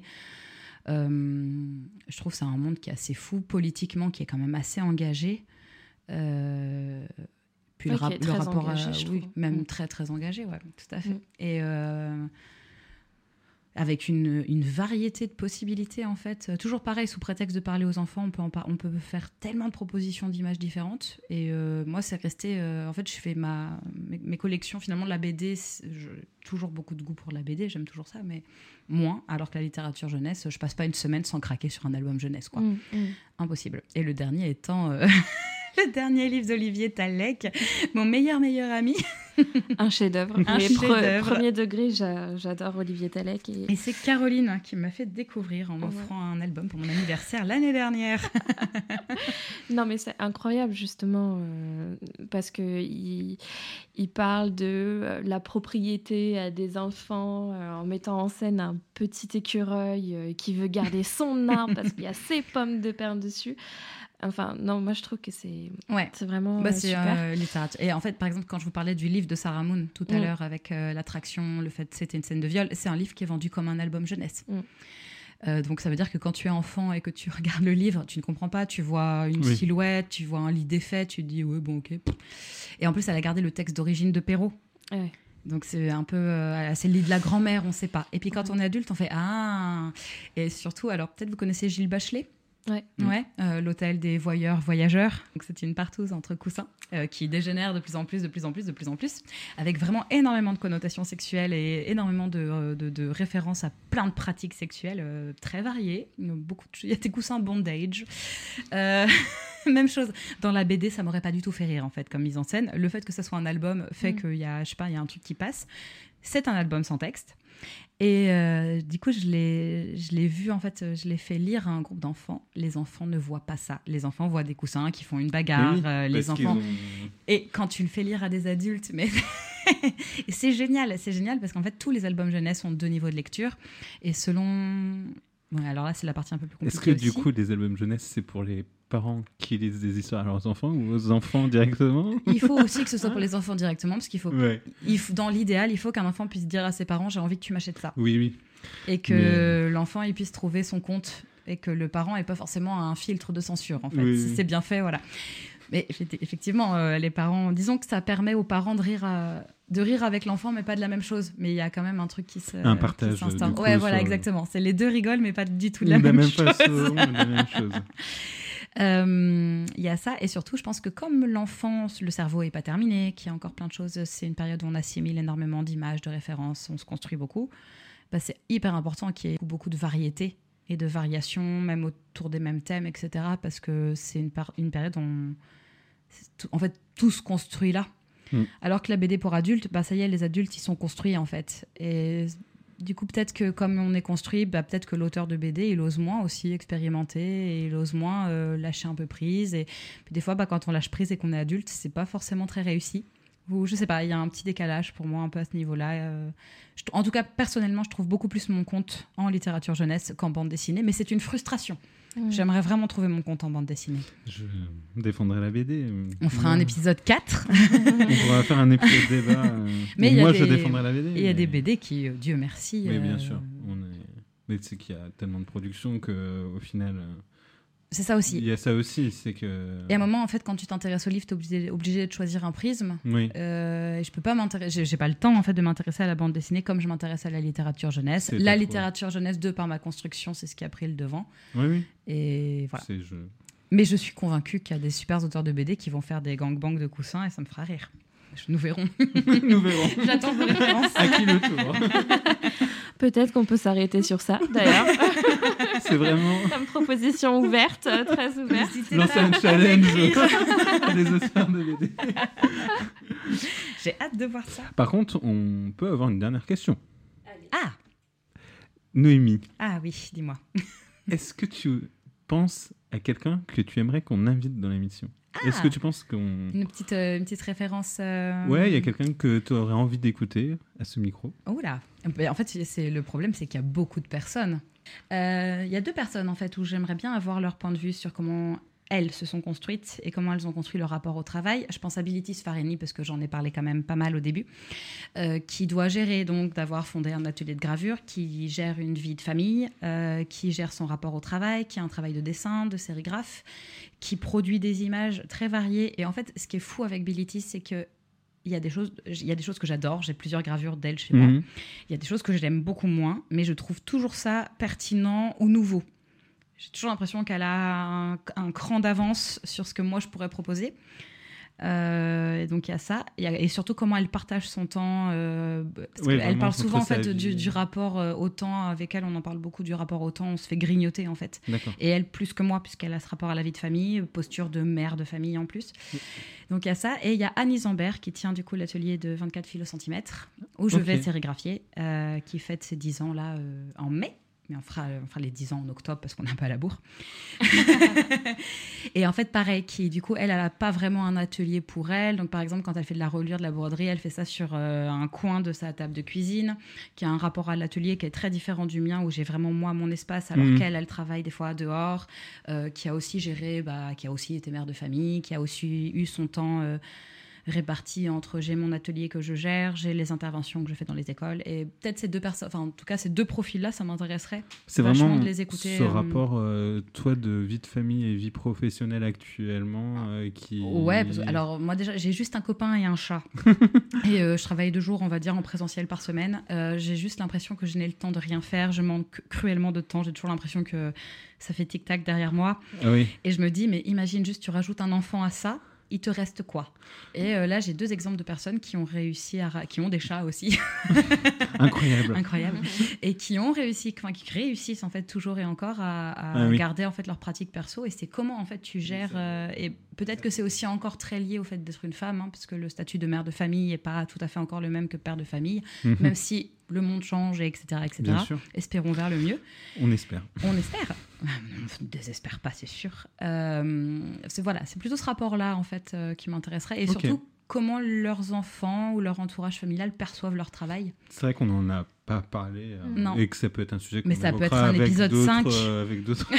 Speaker 7: Je trouve que c'est un monde qui est assez fou politiquement, qui est quand même assez engagé. Puis le rapport
Speaker 9: engagé,
Speaker 7: même très très engagé, tout à fait. Et avec une variété de possibilités en fait. Toujours pareil, sous prétexte de parler aux enfants, on peut faire tellement de propositions d'images différentes. Et moi, c'est resté... en fait, je fais mes collections finalement de la BD. J'ai toujours beaucoup de goût pour la BD, j'aime toujours ça, mais moins. Alors que la littérature jeunesse, je passe pas une semaine sans craquer sur un album jeunesse, quoi. Impossible. Et le dernier étant... le dernier livre d'Olivier Talek, mon meilleur ami.
Speaker 9: Un chef-d'œuvre. Premier degré, j'adore Olivier Talek.
Speaker 7: Et c'est Caroline qui m'a fait découvrir en m'offrant un album pour mon anniversaire l'année dernière.
Speaker 9: Non, mais c'est incroyable, justement, parce qu'il parle de la propriété à des enfants en mettant en scène un petit écureuil qui veut garder son arbre parce qu'il y a ses pommes de pin dessus. Enfin, non, moi je trouve que c'est vraiment super.
Speaker 7: Littérature. Et en fait, par exemple, quand je vous parlais du livre de Sarah Moon tout à l'heure avec l'attraction, le fait que c'était une scène de viol, c'est un livre qui est vendu comme un album jeunesse. Donc ça veut dire que quand tu es enfant et que tu regardes le livre, tu ne comprends pas, tu vois une silhouette, tu vois un lit défait, tu te dis ouais bon ok. Et en plus, elle a gardé le texte d'origine de Perrault.
Speaker 9: Ouais.
Speaker 7: Donc c'est un peu c'est le lit de la grand-mère, on ne sait pas. Et puis quand on est adulte, on fait ah. Et surtout, alors peut-être vous connaissez Gilles Bachelet. Ouais, l'hôtel des voyageurs. Donc c'est une partouze entre coussins qui dégénère de plus en plus, avec vraiment énormément de connotations sexuelles et énormément de références à plein de pratiques sexuelles très variées. Il y a des coussins bondage. Même chose dans la BD, ça m'aurait pas du tout fait rire en fait comme mise en scène. Le fait que ça soit un album fait qu'il y a, je sais pas, il y a un truc qui passe. C'est un album sans texte. Et du coup, je l'ai vu, en fait, je l'ai fait lire à un groupe d'enfants. Les enfants ne voient pas ça. Les enfants voient des coussins qui font une bagarre. Les enfants... Et quand tu le fais lire à des adultes, mais c'est génial parce qu'en fait, tous les albums jeunesse ont 2 niveaux de lecture. Et selon... Ouais, alors là, c'est la partie un peu plus compliquée.
Speaker 8: Est-ce que du
Speaker 7: aussi.
Speaker 8: coup, les albums jeunesse, c'est pour les parents qui lisent des histoires à leurs enfants ou aux enfants directement ?
Speaker 7: Il faut aussi que ce soit pour les enfants directement, parce qu'il faut, dans l'idéal, il faut qu'un enfant puisse dire à ses parents « j'ai envie que tu m'achètes ça ».
Speaker 8: Oui.
Speaker 7: Et que l'enfant il puisse trouver son compte et que le parent n'ait pas forcément un filtre de censure, en fait. Si c'est bien fait, voilà. Mais effectivement, les parents... Disons que ça permet aux parents de rire avec l'enfant, mais pas de la même chose. Mais il y a quand même un truc qui s'instaure.
Speaker 8: Un partage.
Speaker 7: Ouais, voilà, exactement. C'est les deux rigolent, mais pas du tout de la même chose.
Speaker 8: Façon, de la même chose.
Speaker 7: Il y a ça, et surtout, je pense que comme l'enfant, le cerveau n'est pas terminé, qu'il y a encore plein de choses, c'est une période où on assimile énormément d'images, de références, on se construit beaucoup, bah, c'est hyper important qu'il y ait beaucoup de variété et de variations, même autour des mêmes thèmes, etc. Parce que c'est une période où en fait, tout se construit là. Alors que la BD pour adultes, bah, ça y est, les adultes, ils sont construits, en fait. Et du coup, peut-être que comme on est construit, bah, peut-être que l'auteur de BD, il ose moins aussi expérimenter et il ose moins lâcher un peu prise. Et puis des fois, bah, quand on lâche prise et qu'on est adulte, c'est pas forcément très réussi. Ou je sais pas, il y a un petit décalage pour moi un peu à ce niveau-là. En tout cas, personnellement, je trouve beaucoup plus mon compte en littérature jeunesse qu'en bande dessinée, mais c'est une frustration. J'aimerais vraiment trouver mon compte en bande dessinée.
Speaker 8: Je défendrai la BD.
Speaker 7: On fera un épisode 4.
Speaker 8: On pourra faire un épisode débat. Mais moi, je défendrai la BD.
Speaker 7: Il y a des BD qui, Dieu merci...
Speaker 8: Mais bien sûr. Mais c'est qu'il y a tellement de production qu'au final...
Speaker 7: C'est ça aussi.
Speaker 8: Il y a ça aussi, c'est que...
Speaker 7: Et à un moment, en fait, quand tu t'intéresses au livre, t'es obligé de choisir un prisme.
Speaker 8: Oui.
Speaker 7: Je peux pas m'intéresser... J'ai pas le temps, en fait, de m'intéresser à la bande dessinée comme je m'intéresse à la littérature jeunesse. La littérature jeunesse, par ma construction, c'est ce qui a pris le devant.
Speaker 8: Oui.
Speaker 7: Et voilà. Mais je suis convaincue qu'il y a des super auteurs de BD qui vont faire des gangbangs de coussins et ça me fera rire. Nous verrons. J'attends vos références.
Speaker 8: À qui le tour?
Speaker 9: Peut-être qu'on peut s'arrêter sur ça, d'ailleurs.
Speaker 8: C'est vraiment...
Speaker 9: Comme proposition ouverte, très ouverte.
Speaker 8: Lancer un challenge à des auteurs de BD.
Speaker 7: J'ai hâte de voir ça.
Speaker 8: Par contre, on peut avoir une dernière question.
Speaker 7: Allez. Ah
Speaker 8: Noémie.
Speaker 7: Ah oui, dis-moi.
Speaker 8: Est-ce que tu penses à quelqu'un que tu aimerais qu'on invite dans l'émission? Est-ce que tu penses qu'on...
Speaker 7: Une petite référence...
Speaker 8: Ouais, il y a quelqu'un que tu aurais envie d'écouter à ce micro.
Speaker 7: Oh là. En fait, le problème, c'est qu'il y a beaucoup de personnes. Il y a 2 personnes, en fait, où j'aimerais bien avoir leur point de vue sur comment elles se sont construites et comment elles ont construit leur rapport au travail. Je pense à Bilitis Fareni, parce que j'en ai parlé quand même pas mal au début, qui doit gérer, donc, d'avoir fondé un atelier de gravure, qui gère une vie de famille, qui gère son rapport au travail, qui a un travail de dessin, de sérigraphe, qui produit des images très variées. Et en fait, ce qui est fou avec Bilitis, c'est que il y a des choses que j'adore. J'ai plusieurs gravures d'elle chez moi. Il y a des choses que j'aime beaucoup moins, mais je trouve toujours ça pertinent ou nouveau. J'ai toujours l'impression qu'elle a un cran d'avance sur ce que moi je pourrais proposer. Donc il y a ça, et surtout comment elle partage son temps, parce qu'elle parle souvent en fait du rapport au temps. Avec elle, on en parle beaucoup du rapport au temps. On se fait grignoter en fait.
Speaker 8: D'accord.
Speaker 7: Et elle plus que moi, puisqu'elle a ce rapport à la vie de famille, posture de mère de famille en plus. Donc il y a ça, et il y a Annie Zambert qui tient du coup l'atelier de 24 fils au centimètre où je vais sérigraphier, qui fête ses 10 ans là en mai. Mais on fera les 10 ans en octobre parce qu'on n'a pas la bourre. Et en fait, pareil, du coup, elle n'a pas vraiment un atelier pour elle. Donc, par exemple, quand elle fait de la reliure, de la broderie, elle fait ça sur un coin de sa table de cuisine, qui a un rapport à l'atelier qui est très différent du mien, où j'ai vraiment, moi, mon espace, alors qu'elle travaille des fois dehors, qui a aussi géré, qui a aussi été mère de famille, qui a aussi eu son temps... répartis entre j'ai mon atelier que je gère, j'ai les interventions que je fais dans les écoles, et peut-être ces deux personnes, enfin en tout cas ces deux profils-là, ça m'intéresserait.
Speaker 8: C'est
Speaker 7: vachement
Speaker 8: vraiment
Speaker 7: de les écouter.
Speaker 8: Ce rapport, toi, de vie de famille et vie professionnelle actuellement, qui...
Speaker 7: Ouais, alors moi déjà j'ai juste un copain et un chat, et je travaille 2 jours, on va dire, en présentiel par semaine. J'ai juste l'impression que je n'ai le temps de rien faire, je manque cruellement de temps, j'ai toujours l'impression que ça fait tic-tac derrière moi.
Speaker 8: Ah oui.
Speaker 7: Et je me dis, mais imagine juste, tu rajoutes un enfant à ça, il te reste quoi? Et là, j'ai 2 exemples de personnes qui ont réussi qui ont des chats aussi. Incroyable. Et qui réussissent en fait toujours et encore à garder en fait leur pratique perso. Et c'est comment en fait tu gères. Et peut-être que c'est aussi encore très lié au fait d'être une femme, parce que le statut de mère de famille n'est pas tout à fait encore le même que père de famille, même si le monde change, etc.
Speaker 8: Bien sûr.
Speaker 7: Espérons vers le mieux.
Speaker 8: On espère.
Speaker 7: On ne désespère pas, c'est sûr. C'est plutôt ce rapport-là, en fait, qui m'intéresserait. Et surtout, comment leurs enfants ou leur entourage familial perçoivent leur travail.
Speaker 8: C'est vrai qu'on n'en a pas parlé, et que ça peut être un sujet qu'on
Speaker 7: mais ça peut être un épisode 5.
Speaker 8: Avec d'autres...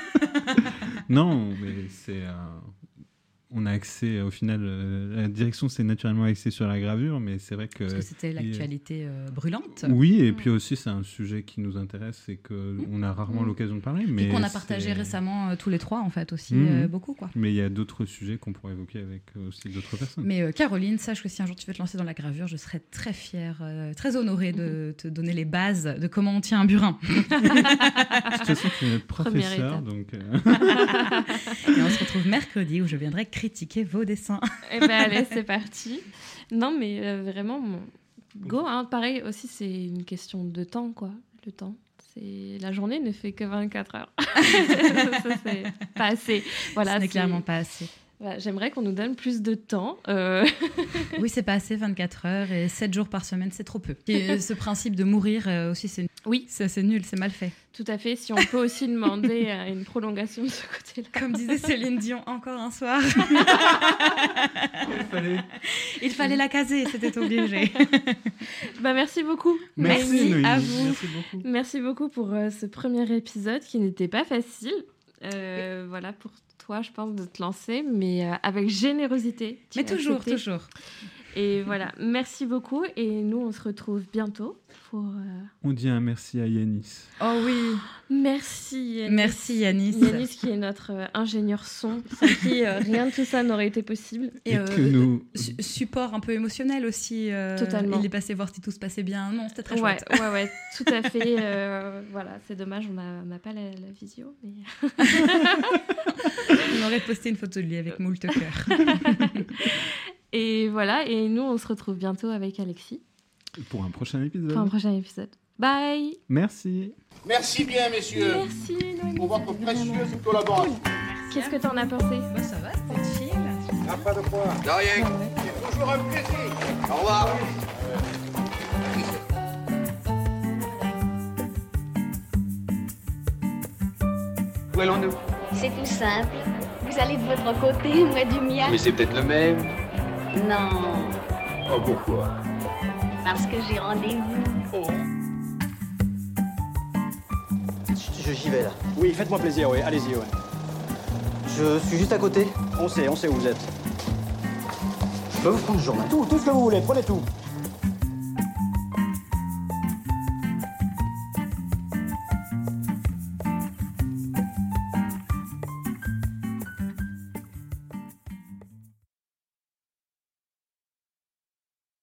Speaker 8: Non, mais c'est... On a accès, au final, la direction s'est naturellement axée sur la gravure, mais c'est vrai que...
Speaker 7: Parce que c'était l'actualité brûlante.
Speaker 8: Oui, et puis aussi, c'est un sujet qui nous intéresse et qu'on a rarement l'occasion de parler. Mais
Speaker 7: et qu'on a partagé récemment tous les 3, en fait, aussi, beaucoup, quoi.
Speaker 8: Mais il y a d'autres sujets qu'on pourrait évoquer avec aussi d'autres personnes.
Speaker 7: Mais Caroline, sache que si un jour tu veux te lancer dans la gravure, je serais très fière, très honorée de te donner les bases de comment on tient un burin.
Speaker 8: De toute façon, tu es notre professeur, donc...
Speaker 7: Et on se retrouve mercredi où je viendrai critiquer vos dessins.
Speaker 9: Eh ben allez, c'est parti. Non, mais vraiment, go. Pareil, aussi, c'est une question de temps, quoi. Le temps. La journée ne fait que 24 heures. Ça, c'est pas assez. Voilà,
Speaker 7: ce n'est clairement pas assez.
Speaker 9: Voilà, j'aimerais qu'on nous donne plus de temps.
Speaker 7: Oui, c'est pas assez, 24 heures, et 7 jours par semaine, c'est trop peu. Et ce principe de mourir aussi, c'est nul, c'est mal fait.
Speaker 9: Tout à fait. Si on peut aussi demander une prolongation de ce côté-là.
Speaker 7: Comme disait Céline Dion, encore un soir. Il fallait la caser, c'était obligé.
Speaker 9: Merci beaucoup.
Speaker 8: Merci
Speaker 9: à vous.
Speaker 8: Merci beaucoup.
Speaker 9: Merci beaucoup pour ce premier épisode qui n'était pas facile. Voilà, pour toi, je pense, de te lancer, mais avec générosité.
Speaker 7: Mais toujours.
Speaker 9: Et voilà, merci beaucoup. Et nous, on se retrouve bientôt pour...
Speaker 8: On dit un merci à Yanis.
Speaker 7: Oh oui.
Speaker 9: Merci Yanis.
Speaker 7: Merci Yanis.
Speaker 9: Yanis qui est notre ingénieur son, sans qui rien de tout ça n'aurait été possible.
Speaker 8: Et que nous...
Speaker 7: Support un peu émotionnel aussi.
Speaker 9: Totalement.
Speaker 7: Il est passé voir si tout se passait bien. Non, c'était très chouette.
Speaker 9: Ouais, tout à fait. Voilà, c'est dommage, on n'a pas la visio. Mais...
Speaker 7: On aurait posté une photo de lui avec moult cœur.
Speaker 9: Et voilà, et nous, on se retrouve bientôt avec Alexis.
Speaker 8: Pour un prochain épisode.
Speaker 9: Bye.
Speaker 8: Merci.
Speaker 10: Merci bien, messieurs.
Speaker 9: Merci, Noémie.
Speaker 10: Pour votre précieuse collaboration.
Speaker 9: Qu'est-ce que t'en as pensé?
Speaker 7: Ça va, c'était chill.
Speaker 10: Pas de quoi. De rien. C'est toujours un plaisir. Au revoir.
Speaker 11: Où allons-nous?
Speaker 12: C'est tout simple. Vous allez de votre côté, moi du mien.
Speaker 11: Mais c'est peut-être le même.
Speaker 12: Non.
Speaker 11: Oh, pourquoi?
Speaker 12: Parce que j'ai rendez-vous.
Speaker 11: Oh.
Speaker 13: J'y vais là.
Speaker 14: Oui, faites-moi plaisir, oui, allez-y, ouais.
Speaker 13: Je suis juste à côté.
Speaker 14: On sait où vous êtes.
Speaker 13: Je peux vous prendre le journal?
Speaker 14: Tout ce que vous voulez, prenez tout.